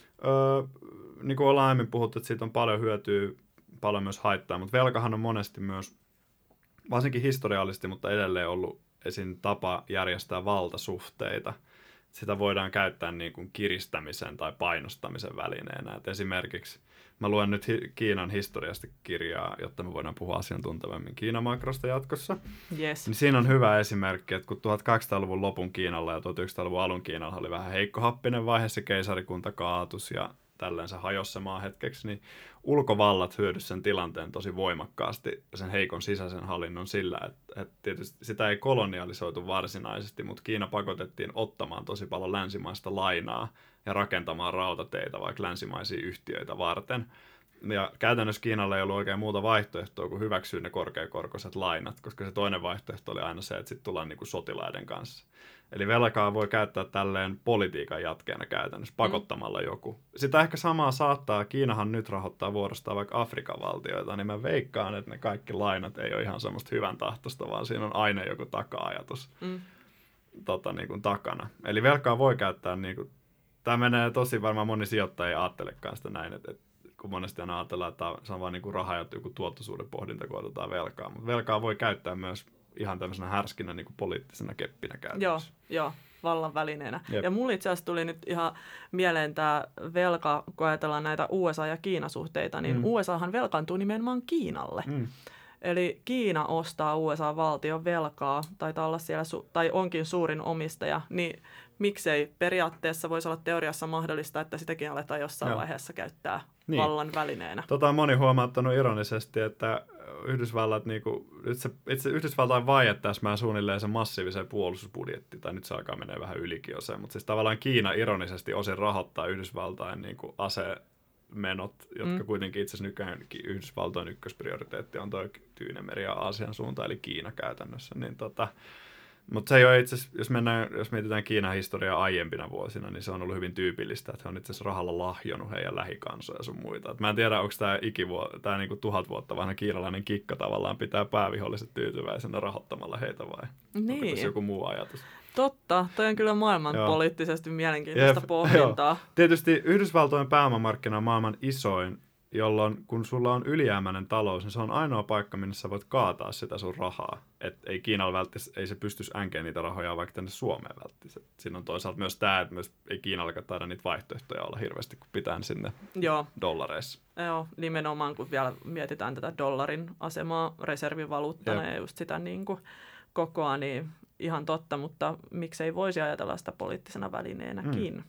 [SPEAKER 2] öö, niin kuin ollaan aiemmin puhuttu, että siitä on paljon hyötyä, paljon myös haittaa, mutta velkahan on monesti myös, varsinkin historiallisesti, mutta edelleen ollut esim. Tapa järjestää valtasuhteita. Sitä voidaan käyttää niin kuin kiristämisen tai painostamisen välineenä. Et esimerkiksi mä luen nyt hi- Kiinan historiasta kirjaa, jotta me voidaan puhua asiantuntevammin Kiinamakrosta jatkossa.
[SPEAKER 1] Yes.
[SPEAKER 2] Niin siinä on hyvä esimerkki, että kun tuhatkahdeksansataaluvun lopun Kiinalla ja tuhatyhdeksänsataaluvun alun Kiinalla oli vähän heikkohappinen vaihe, se keisarikunta kaatus ja tälleen se hajosi se maa hetkeksi, niin ulkovallat hyödysivät sen tilanteen tosi voimakkaasti sen heikon sisäisen hallinnon sillä, että, että tietysti sitä ei kolonialisoitu varsinaisesti, mutta Kiina pakotettiin ottamaan tosi paljon länsimaista lainaa ja rakentamaan rautateitä vaikka länsimaisia yhtiöitä varten. Ja käytännössä Kiinalla ei ollut oikein muuta vaihtoehtoa kuin hyväksyä ne korkeakorkoiset lainat, koska se toinen vaihtoehto oli aina se, että sitten tullaan niin kuin sotilaiden kanssa. Eli velkaa voi käyttää tälleen politiikan jatkeena käytännössä, pakottamalla mm. joku. Sitä ehkä samaa saattaa, Kiinahan nyt rahoittaa vuorostaan vaikka Afrikan valtioita, niin mä veikkaan, että ne kaikki lainat ei ole ihan semmoista hyvän tahtosta, vaan siinä on aina joku taka-ajatus mm. tota, niin kuin takana. Eli velkaa voi käyttää, niin kuin, tämä menee tosi varmaan moni sijoittaja ei ajattelekaan sitä näin, että, että kun monesti aina ajatellaan, että se on vain niin kuin raha ja joku tuottoisuuden pohdinta, kun otetaan velkaa, mutta velkaa voi käyttää myös ihan tämmöisenä härskinä niin kuin poliittisena keppinä käytössä.
[SPEAKER 1] Joo, joo, vallan välineenä.
[SPEAKER 2] Jep.
[SPEAKER 1] Ja mulla itse asiassa tuli nyt ihan mieleen tämä velka, kun ajatellaan näitä U S A- ja Kiina-suhteita, niin mm. U S Ahan velkaantuu nimenomaan Kiinalle. Mm. Eli Kiina ostaa U S A-valtion velkaa, taitaa olla siellä, su- tai onkin suurin omistaja, niin miksei periaatteessa voisi olla teoriassa mahdollista, että sitäkin aletaan jossain Joo. vaiheessa käyttää niin. vallan välineenä.
[SPEAKER 2] Tota on moni huomauttanut ironisesti, että Yhdysvallat, niin kuin, itse, itse Yhdysvaltain vaje täsmää suunnilleen se massiivisen puolustusbudjetti, tai nyt se alkaa menee vähän ylikin oseen, mutta siis tavallaan Kiina ironisesti osin rahoittaa Yhdysvaltain niin kuin asemenot, jotka mm. kuitenkin itse asiassa nykyään Yhdysvaltojen ykkösprioriteetti on tuo Tyynemeri ja Aasian suunta, eli Kiina käytännössä, niin tota, mutta se ei ole itse asiassa, jos, mennään, jos mietitään Kiinan historiaa aiempina vuosina, niin se on ollut hyvin tyypillistä, että he on itse asiassa rahalla lahjonut heidän lähikansoja sun muita. Et mä en tiedä, onko tämä ikivuo- tää niinku tuhat vuotta vanha kiinalainen kikka tavallaan pitää pääviholliset tyytyväisenä rahoittamalla heitä vai
[SPEAKER 1] niin.
[SPEAKER 2] onko tässä joku muu ajatus?
[SPEAKER 1] Totta, toi on kyllä maailman Joo. poliittisesti mielenkiintoista Jep, pohdintaa.
[SPEAKER 2] Jo. Tietysti Yhdysvaltojen pääomamarkkina on maailman isoin, jolloin kun sulla on ylijäämäinen talous, niin se on ainoa paikka, minne sä voit kaataa sitä sun rahaa. Et ei Kiinalla välttämättä, ei se pystyisi änkeen niitä rahoja vaikka tänne Suomeen välttämättä. Siinä on toisaalta myös tämä, että myös ei Kiinallakaan taida niitä vaihtoehtoja olla hirveästi, kun pitää sinne Joo. dollareissa.
[SPEAKER 1] Joo, nimenomaan kun vielä mietitään tätä dollarin asemaa reservivaluuttana Jep. ja just sitä niin kuin kokoa, niin ihan totta, mutta miksei voisi ajatella sitä poliittisena välineenäkin. Mm.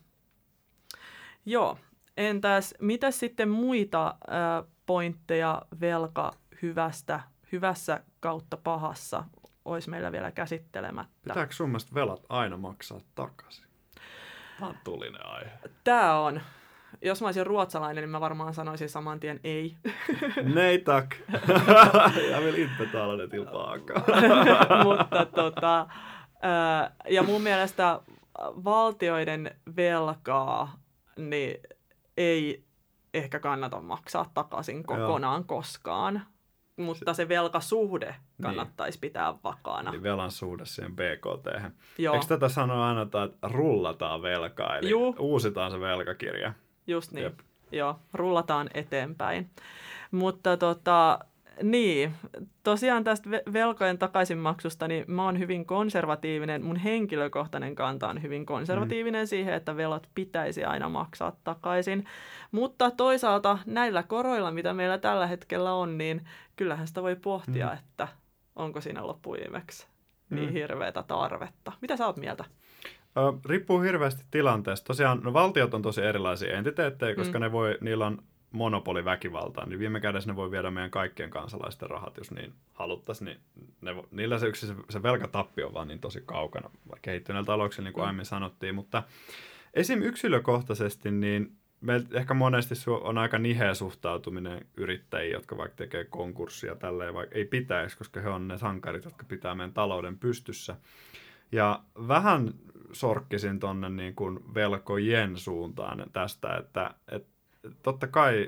[SPEAKER 1] Joo. Entäs mitä sitten muita äh, pointteja velka hyvästä, hyvässä kautta pahassa olisi meillä vielä käsittelemättä?
[SPEAKER 2] Pitääkö sun mielestä velat aina maksaa takaisin? Tämä on tulinen aihe.
[SPEAKER 1] Tämä on. Jos mä olisin ruotsalainen, niin mä varmaan sanoisin saman tien ei.
[SPEAKER 2] Nej tack. Jag vill inte betala det tillbaka.
[SPEAKER 1] Mutta tota, äh, ja mun mielestä valtioiden velkaa, niin ei ehkä kannata maksaa takaisin kokonaan Joo. koskaan, mutta se velkasuhde kannattaisi niin. pitää vakaana.
[SPEAKER 2] Eli velan suhde siihen B K T:hen. Eikö tätä sanoa aina, että rullataan velkaa, eli Juh. uusitaan se velkakirja?
[SPEAKER 1] Just niin, Jep. Joo, rullataan eteenpäin. Mutta tota, niin, tosiaan tästä velkojen takaisinmaksusta, niin mä oon hyvin konservatiivinen, mun henkilökohtainen kanta on hyvin konservatiivinen mm. siihen, että velat pitäisi aina maksaa takaisin. Mutta toisaalta näillä koroilla, mitä meillä tällä hetkellä on, niin kyllähän sitä voi pohtia, mm. että onko siinä loppuviimeksi niin mm. hirveätä tarvetta. Mitä sä oot mieltä?
[SPEAKER 2] Ö, riippuu hirveästi tilanteesta. Tosiaan no, valtiot on tosi erilaisia entiteettejä, koska mm. ne voi, niillä on monopoliväkivaltaa, niin viime kädessä ne voi viedä meidän kaikkien kansalaisten rahat, jos niin haluttaisiin. Niin ne, niillä se, yksi, se, se velkatappi on vaan niin tosi kaukana kehittyneillä talouksilla, niin kuin mm. aiemmin sanottiin. Mutta esim. Yksilökohtaisesti, niin meillä ehkä monesti on aika niheä suhtautuminen yrittäjiin, jotka vaikka tekee konkurssia tälleen, vaikka ei pitäisi, koska he on ne sankarit, jotka pitää meidän talouden pystyssä. Ja vähän sorkkisin tuonne niin kuin velkojen suuntaan tästä, että, että totta kai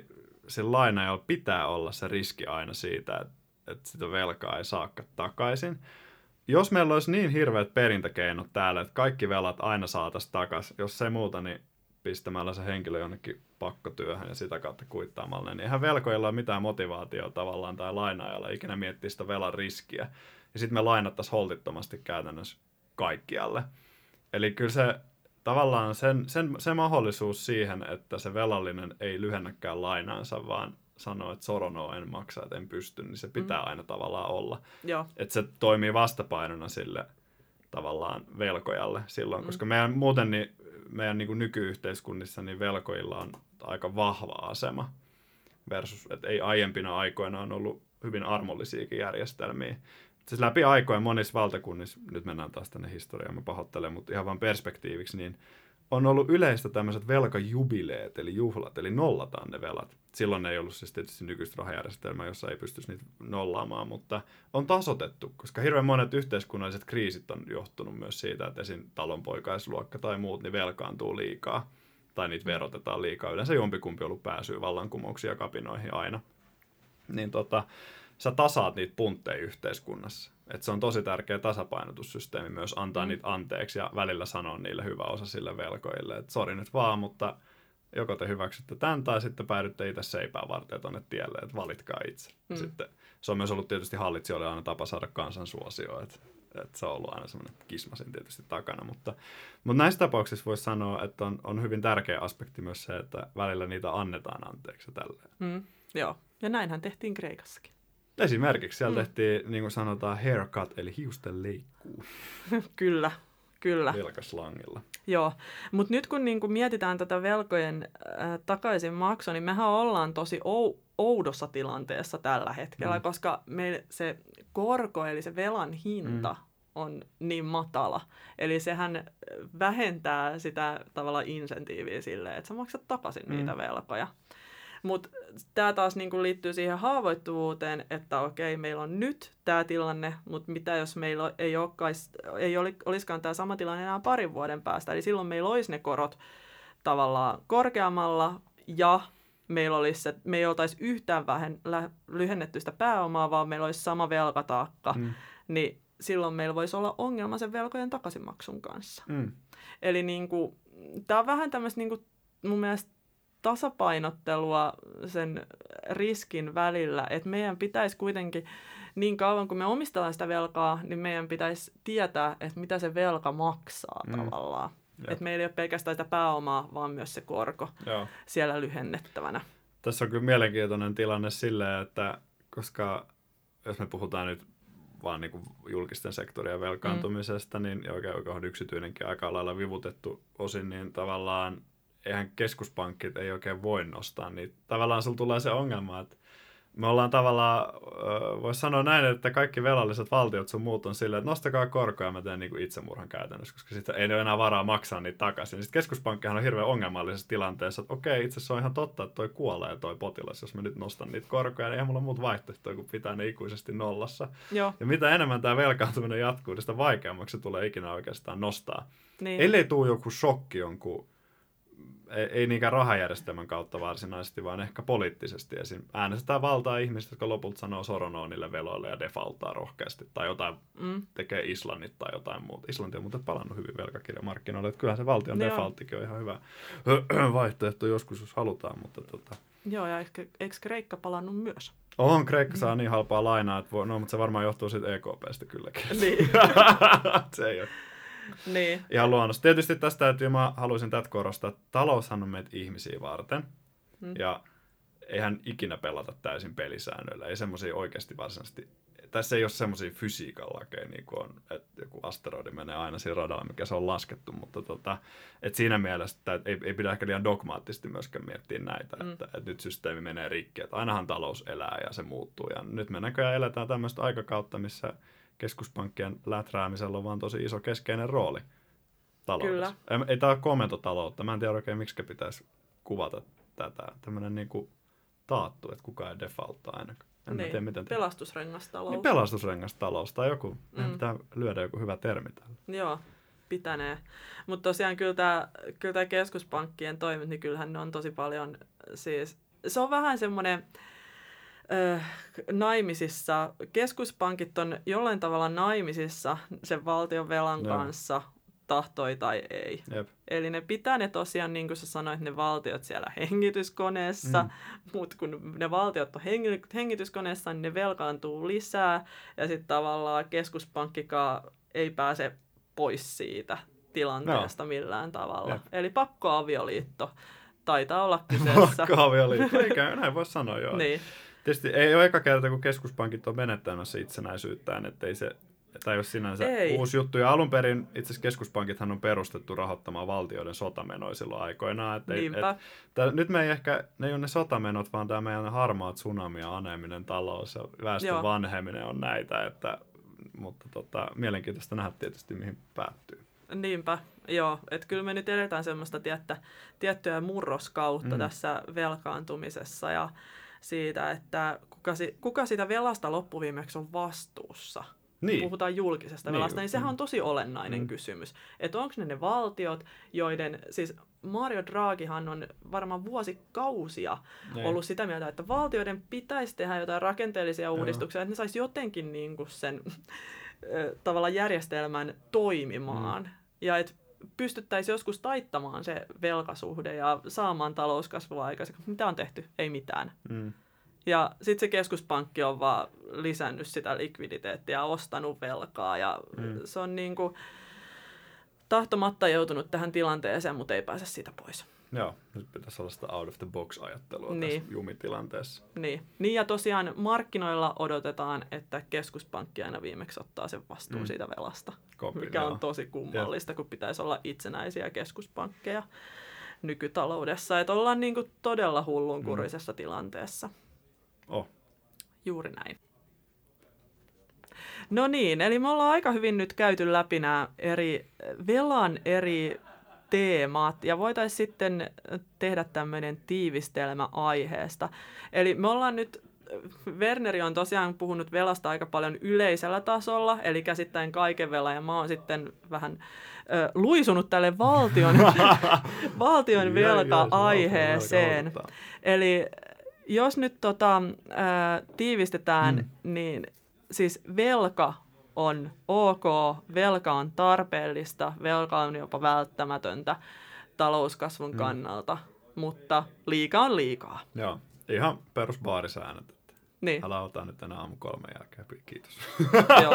[SPEAKER 2] sillä lainajalla pitää olla se riski aina siitä, että, että sitä velkaa ei saakaan takaisin. Jos meillä olisi niin hirveät perintäkeinot täällä, että kaikki velat aina saataisiin takaisin, jos ei muuta, niin pistämällä se henkilö jonnekin pakkotyöhön ja sitä kautta kuittaamalla, niin eihän velkoilla ole mitään motivaatiota tavallaan tai lainaajalla ikinä miettiä sitä velan riskiä. Ja sitten me lainattaisiin holtittomasti käytännössä kaikkialle. Eli kyllä se tavallaan sen, sen, se mahdollisuus siihen, että se velallinen ei lyhennäkään lainaansa, vaan sanoo, että sorono en maksa, että en pysty, niin se pitää mm. aina tavallaan olla. Joo. Että se toimii vastapainona sille tavallaan velkojalle silloin, mm. koska meidän muuten niin, meidän niin kuin nykyyhteiskunnissa niin velkojilla on aika vahva asema versus, että ei aiempina aikoina on ollut hyvin armollisiakin järjestelmiä. Siis läpi aikoina monissa valtakunnissa, nyt mennään taas tänne historiaan, mä pahoittelen, mutta ihan vaan perspektiiviksi, niin on ollut yleistä tämmöiset velkajubileet, eli juhlat, eli nollataan ne velat. Silloin ei ollut siis tietysti nykyistä rahajärjestelmää, jossa ei pystyisi niitä nollaamaan, mutta on tasoitettu, koska hirveän monet yhteiskunnalliset kriisit on johtunut myös siitä, että esim. Talonpoikaisluokka tai muut niin velkaantuu liikaa, tai niitä verotetaan liikaa. Yleensä jompikumpi on ollut pääsyä vallankumouksiin ja kapinoihin aina. Niin tota, sä tasaat niitä puntteja yhteiskunnassa. Et se on tosi tärkeä tasapainotussysteemi myös antaa mm. niitä anteeksi ja välillä sanoa niille hyvä osa sille velkoille, että sori nyt vaan, mutta joko te hyväksytte tämän tai sitten päädytte itse seipää varten tuonne tielle, että valitkaa itse. Mm. Sitten, se on myös ollut tietysti hallitsijoille aina tapa saada kansan suosioon, että, että se on ollut aina semmoinen kismasin tietysti takana, mutta, mutta näissä tapauksissa voisi sanoa, että on, on hyvin tärkeä aspekti myös se, että välillä niitä annetaan anteeksi tälleen.
[SPEAKER 1] Mm. Joo, ja näinhän tehtiin Kreikassakin.
[SPEAKER 2] Esimerkiksi siellä mm. tehtiin, niin kuin sanotaan, haircut, eli hiusten leikkuu.
[SPEAKER 1] Kyllä, kyllä.
[SPEAKER 2] Velkaslangilla.
[SPEAKER 1] Joo, mutta nyt kun niin kun mietitään tätä velkojen äh, takaisin maksua, niin mehän ollaan tosi ou- oudossa tilanteessa tällä hetkellä, mm. koska meillä se korko, eli se velan hinta, mm. on niin matala. Eli sehän vähentää sitä tavallaan insentiiviä sille, että sä maksat takaisin mm. niitä velkoja. Mutta tämä taas niinku liittyy siihen haavoittuvuuteen, että okei, meillä on nyt tämä tilanne, mutta mitä jos meillä ei, olkais, ei olisikaan tämä sama tilanne enää parin vuoden päästä. Eli silloin meillä olisi ne korot tavallaan korkeammalla ja meillä olisi se, me ei oltaisi yhtään vähän lyhennetty sitä pääomaa, vaan meillä olisi sama velkataakka. Mm. Niin silloin meillä voisi olla ongelma sen velkojen takaisinmaksun kanssa. Mm. Eli niinku, tämä on vähän tämmöistä niinku, mun mielestä tasapainottelua sen riskin välillä, että meidän pitäisi kuitenkin, niin kauan kun me omistellaan sitä velkaa, niin meidän pitäisi tietää, että mitä se velka maksaa mm. tavallaan. Että meillä ei ole pelkästään sitä pääomaa, vaan myös se korko Joo. siellä lyhennettävänä.
[SPEAKER 2] Tässä on kyllä mielenkiintoinen tilanne silleen, että koska jos me puhutaan nyt vaan niin kuin julkisten sektorien velkaantumisesta, mm. niin oikein, oikein on yksityinenkin aika lailla vivutettu osin, niin tavallaan eihän keskuspankkit ei oikein voi nostaa niitä. Tavallaan sulla tulee se ongelma, että me ollaan tavallaan, voisi sanoa näin, että kaikki velalliset valtiot sun muut on silleen, että nostakaa korkoja, mä teen niin kuin itsemurhan käytännössä, koska sitten ei ole enää varaa maksaa niitä takaisin. Sitten keskuspankkihan on hirveän ongelmallisessa tilanteessa, että okei, itse asiassa on ihan totta, että toi kuolee toi potilas, jos mä nyt nostan niitä korkoja, niin eihän mulla muuta vaihtoehtoja, kun pitää ne ikuisesti nollassa. Joo. Ja mitä enemmän tämä velkaantuminen jatkuu, niin sitä vaikeammaksi se tulee ikinä oikeastaan nostaa. Niin. Ellei tule joku shokki jonkun, Ei, ei niinkään rahajärjestelmän kautta varsinaisesti, vaan ehkä poliittisesti. Esim. Äänestetään valtaa ihmistä, jotka lopulta sanoo soronoon niille veloille ja defaultaa rohkeasti. Tai jotain mm. tekee Islannit tai jotain muuta. Islanti on muuten palannut hyvin velkakirjamarkkinoille. Että kyllähän se valtion Joo. defaulttikin on ihan hyvä vaihtoehto joskus, jos halutaan. Mutta tota...
[SPEAKER 1] Joo, ja eikö, eikö Kreikka palannut myös?
[SPEAKER 2] On, Kreikka saa niin halpaa lainaa, että voi... no, mutta se varmaan johtuu siitä E K P:stä kylläkin.
[SPEAKER 1] Niin.
[SPEAKER 2] Se ei ole.
[SPEAKER 1] Niin.
[SPEAKER 2] Ihan luonnossa. Tietysti tästä täytyy, mä haluaisin tätä korostaa, että taloushan on meitä ihmisiä varten. Hmm. Ja eihän ikinä pelata täysin pelisäännöillä. Ei semmoisia oikeasti varsinaisesti, tässä ei ole semmoisia fysiikan lakeja, niin kuin on, että joku asteroidi menee aina siinä radalla, mikä se on laskettu. Mutta tota, että siinä mielessä että ei, ei pidä ehkä liian dogmaattisesti myöskään miettiä näitä, hmm. että, että nyt systeemi menee rikki. Että ainahan talous elää ja se muuttuu. Ja nyt me näköjään eletään tämmöistä aikakautta, missä keskuspankkien läträämisellä on vaan tosi iso keskeinen rooli taloudessa. Ei, ei tämä ole komentotaloutta. Mä en tiedä oikein, miksi pitäisi kuvata tätä. Tämmöinen niin kuin taattu, että kukaan ei defaultaa ainakaan. En
[SPEAKER 1] niin.
[SPEAKER 2] tiedä, miten
[SPEAKER 1] pelastusrengastalous.
[SPEAKER 2] Niin, pelastusrengastalous tai joku. Mm. Meidän pitää lyödä joku hyvä termi tällä.
[SPEAKER 1] Joo, pitänee. Mutta tosiaan kyllä tämä, kyllä tämä keskuspankkien toimet, niin kyllähän ne on tosi paljon siis se on vähän semmoinen ö, naimisissa. Keskuspankit on jollain tavalla naimisissa sen valtion velan
[SPEAKER 2] Joo.
[SPEAKER 1] kanssa, tahtoi tai ei.
[SPEAKER 2] Jep.
[SPEAKER 1] Eli ne pitää ne tosiaan, niin kuin sä sanoit, ne valtiot siellä hengityskoneessa, mm. mutta kun ne valtiot on hengi- hengityskoneessa, niin ne velkaantuu lisää, ja sitten tavallaan keskuspankkikaan ei pääse pois siitä tilanteesta no. millään tavalla. Jep. Eli pakkoavioliitto taitaa olla kyseessä.
[SPEAKER 2] Pakkoavioliitto, eikä näin voi sanoa joo.
[SPEAKER 1] Niin.
[SPEAKER 2] Tietysti ei ole eka kerta, kun keskuspankit on menettämässä itsenäisyyttään, ettei se, tai jos sinänsä ei. Uusi juttu. Ja alun perin itse asiassa keskuspankithan on perustettu rahoittamaan valtioiden sotamenoja silloin aikoinaan. Et ei, et, tää, nyt me ei ehkä, ne ei ole ne sotamenot, vaan tämä meidän harmaa tsunami ja aneeminen talous ja väestön Joo. vanheminen on näitä, että, mutta tota, mielenkiintoista nähdä tietysti, mihin päättyy.
[SPEAKER 1] Niinpä, joo. Että kyllä me nyt eletään semmoista tiettä, tiettyä murroskautta mm. tässä velkaantumisessa ja siitä, että kuka, kuka sitä velasta loppuviimeksi on vastuussa. Niin. Puhutaan julkisesta velasta, niin, niin sehän on tosi olennainen mm. kysymys. Että onko ne ne valtiot, joiden, siis Mario Draghihan on varmaan vuosikausia niin. ollut sitä mieltä, että valtioiden pitäisi tehdä jotain rakenteellisia uudistuksia, Joo. että ne saisi jotenkin niin kuin sen tavallaan järjestelmän toimimaan. Mm. Ja että pystyttäisiin joskus taittamaan se velkasuhde ja saamaan talouskasvua aikaiseksi. Mitä on tehty? Ei mitään. Mm. Ja sitten se keskuspankki on vaan lisännyt sitä likviditeettiä ja ostanut velkaa. Ja mm. se on niin kuin tahtomatta joutunut tähän tilanteeseen, mutta ei pääse siitä pois.
[SPEAKER 2] Joo, nyt pitäisi olla sitä out of the box -ajattelua
[SPEAKER 1] niin.
[SPEAKER 2] tässä jumitilanteessa.
[SPEAKER 1] Niin. niin, ja tosiaan markkinoilla odotetaan, että keskuspankki aina viimeksi ottaa sen vastuun mm. siitä velasta, Kopin, mikä on joo. tosi kummallista, ja. kun pitäisi olla itsenäisiä keskuspankkeja nykytaloudessa. Että ollaan niin kuin todella hullunkurisessa mm. tilanteessa.
[SPEAKER 2] Oh.
[SPEAKER 1] Juuri näin. No niin, eli me ollaan aika hyvin nyt käyty läpi nämä eri velan eri teemat, ja voitaisiin sitten tehdä tämmöinen tiivistelmä aiheesta. Eli me ollaan nyt, Werneri on tosiaan puhunut velasta aika paljon yleisellä tasolla, eli käsittäen kaiken velan, ja mä oon sitten vähän ö, luisunut tälle valtion, valtion velka-aiheeseen. Eli jos nyt tota, ä, tiivistetään, mm. niin siis velka on ok, velka on tarpeellista, velka on jopa välttämätöntä talouskasvun mm. kannalta, mutta liika on liikaa.
[SPEAKER 2] Joo, ihan perusbaarisäännöt.
[SPEAKER 1] Niin.
[SPEAKER 2] Älä ota nyt tänä aamu kolmen jälkeen, kiitos.
[SPEAKER 1] Joo.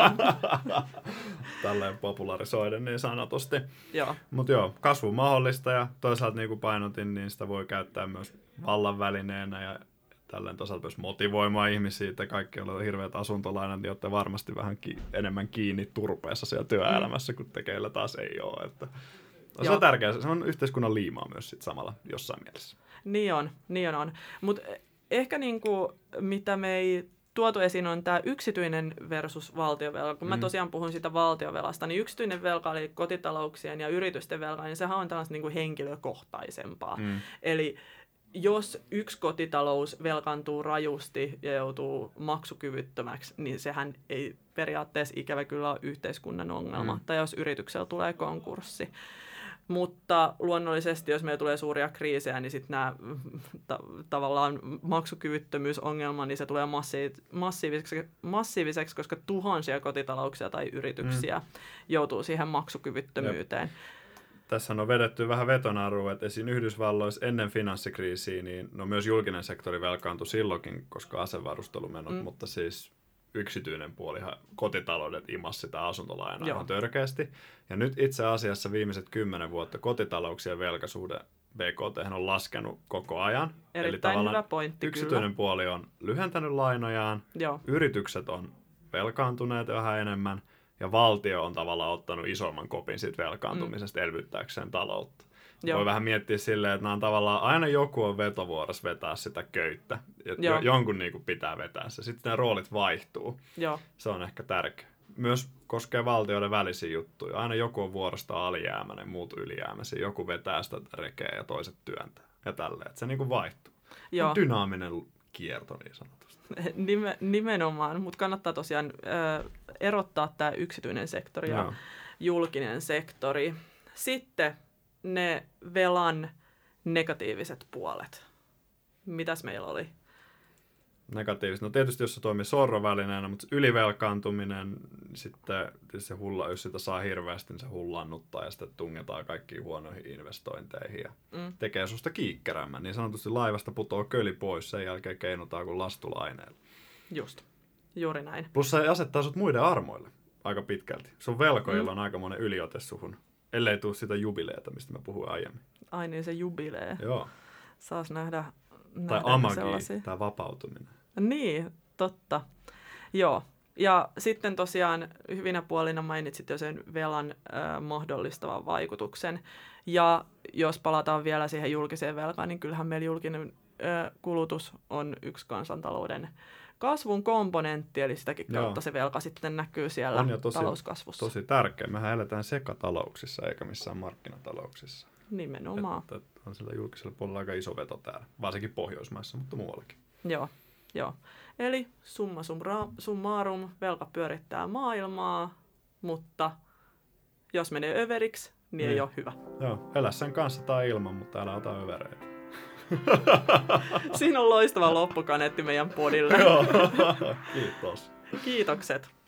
[SPEAKER 2] Tälleen popularisoiden niin sanotusti.
[SPEAKER 1] Joo.
[SPEAKER 2] Mutta joo, kasvu mahdollista ja toisaalta niin kuin painotin, niin sitä voi käyttää myös vallan välineenä ja tälleen toisaalta myös motivoimaan ihmisiä, että kaikki on hirveät asuntolainat, niin olette varmasti vähän ki- enemmän kiinni turpeessa siellä työelämässä, mm. kun tekeillä taas ei ole. Että se on tärkeää, se on yhteiskunnan liimaa myös sit samalla jossain mielessä.
[SPEAKER 1] Niin on, niin on. Mutta ehkä niinku, mitä me ei tuotu esiin on tämä yksityinen versus valtiovelka. Kun mm. mä tosiaan puhun siitä valtiovelasta, niin yksityinen velka eli kotitalouksien ja yritysten velka, niin sehän on tällaista niinku henkilökohtaisempaa. Mm. Eli jos yksi kotitalous velkaantuu rajusti ja joutuu maksukyvyttömäksi, niin sehän ei periaatteessa ikävä kyllä ole yhteiskunnan ongelma. Mm. Tai jos yrityksellä tulee konkurssi. Mutta luonnollisesti, jos meillä tulee suuria kriisejä, niin sitten nämä ta- tavallaan maksukyvyttömyysongelma, niin se tulee massiiv- massiiviseksi, massiiviseksi, koska tuhansia kotitalouksia tai yrityksiä mm. joutuu siihen maksukyvyttömyyteen. Jep.
[SPEAKER 2] Tässä on vedetty vähän vetonarua, että esiin Yhdysvalloissa ennen finanssikriisiä, niin no myös julkinen sektori velkaantui silloinkin, koska asevarustelumenot, mm. mutta siis yksityinen puolihan kotitaloudet imasi sitä asuntolainaa ihan törkeästi. Ja nyt itse asiassa viimeiset kymmenen vuotta kotitalouksien velkasuhde B K T on laskenut koko ajan.
[SPEAKER 1] Erittäin
[SPEAKER 2] Eli
[SPEAKER 1] hyvä pointti,
[SPEAKER 2] yksityinen
[SPEAKER 1] kyllä.
[SPEAKER 2] puoli on lyhentänyt lainojaan, Joo. yritykset on velkaantuneet vähän enemmän, ja valtio on tavallaan ottanut isomman kopin siitä velkaantumisesta mm. elvyttääkseen taloutta. Joo. Voi vähän miettiä silleen, että nämä on tavallaan, aina joku on vetovuorossa vetää sitä köyttä. Jo, jonkun niin kuin pitää vetää se. Sitten ne roolit vaihtuu. Joo. Se on ehkä tärkeä. Myös koskee valtioiden välisiä juttuja. Aina joku on vuorosta alijäämäinen, muut ylijäämäisiä. Joku vetää sitä rekeä ja toiset työntää. Ja tälleen, että se niin kuin vaihtuu. Joo. Dynaaminen kierto niin sanotusti.
[SPEAKER 1] Nime, nimenomaan, mutta kannattaa tosiaan ö, erottaa tämä yksityinen sektori ja Joo. julkinen sektori. Sitten ne velan negatiiviset puolet. Mitäs meillä oli?
[SPEAKER 2] Negatiivista. No tietysti, jos se toimii sorrovälineenä, mutta ylivelkaantuminen, sitten se hulla, jos sitä saa hirveästi, niin se hullannuttaa ja sitten tungetaan kaikkiin huonoihin investointeihin ja mm. tekee susta kiikkerämmän. Niin sanotusti laivasta putoaa köli pois, sen jälkeen keinutaan kuin lastulaineella.
[SPEAKER 1] Just, juuri näin.
[SPEAKER 2] Plus se asettaa sut muiden armoille aika pitkälti. Sun velkoilla mm. on aikamoinen yliote suhun, ellei tule sitä jubileeta, mistä mä puhuin aiemmin.
[SPEAKER 1] Ai niin, se jubilee.
[SPEAKER 2] Joo.
[SPEAKER 1] Saas nähdä, nähdä
[SPEAKER 2] tai amagi,
[SPEAKER 1] sellaisia.
[SPEAKER 2] tai vapautuminen.
[SPEAKER 1] Niin, totta. Joo. Ja sitten tosiaan hyvinä puolina mainitsit jo sen velan äh, mahdollistavan vaikutuksen. Ja jos palataan vielä siihen julkiseen velkaan, niin kyllähän meillä julkinen äh, kulutus on yksi kansantalouden kasvun komponentti, eli sitäkin kautta Joo. se velka sitten näkyy siellä on tosi, talouskasvussa.
[SPEAKER 2] Tosi tärkeä. Mehän eletään sekatalouksissa eikä missään markkinatalouksissa.
[SPEAKER 1] Nimenomaan.
[SPEAKER 2] Että, että on sillä julkisella puolella aika iso veto täällä, varsinkin Pohjoismaissa, mutta muuallakin.
[SPEAKER 1] Joo. Joo. Eli summa summarum, velka pyörittää maailmaa, mutta jos menee överiksi, niin, niin. ei ole hyvä.
[SPEAKER 2] Joo, elä sen kanssa tai ilman, mutta älä ota övereitä.
[SPEAKER 1] Siinä on loistava loppukaneetti meidän podille.
[SPEAKER 2] Joo, kiitos.
[SPEAKER 1] Kiitokset.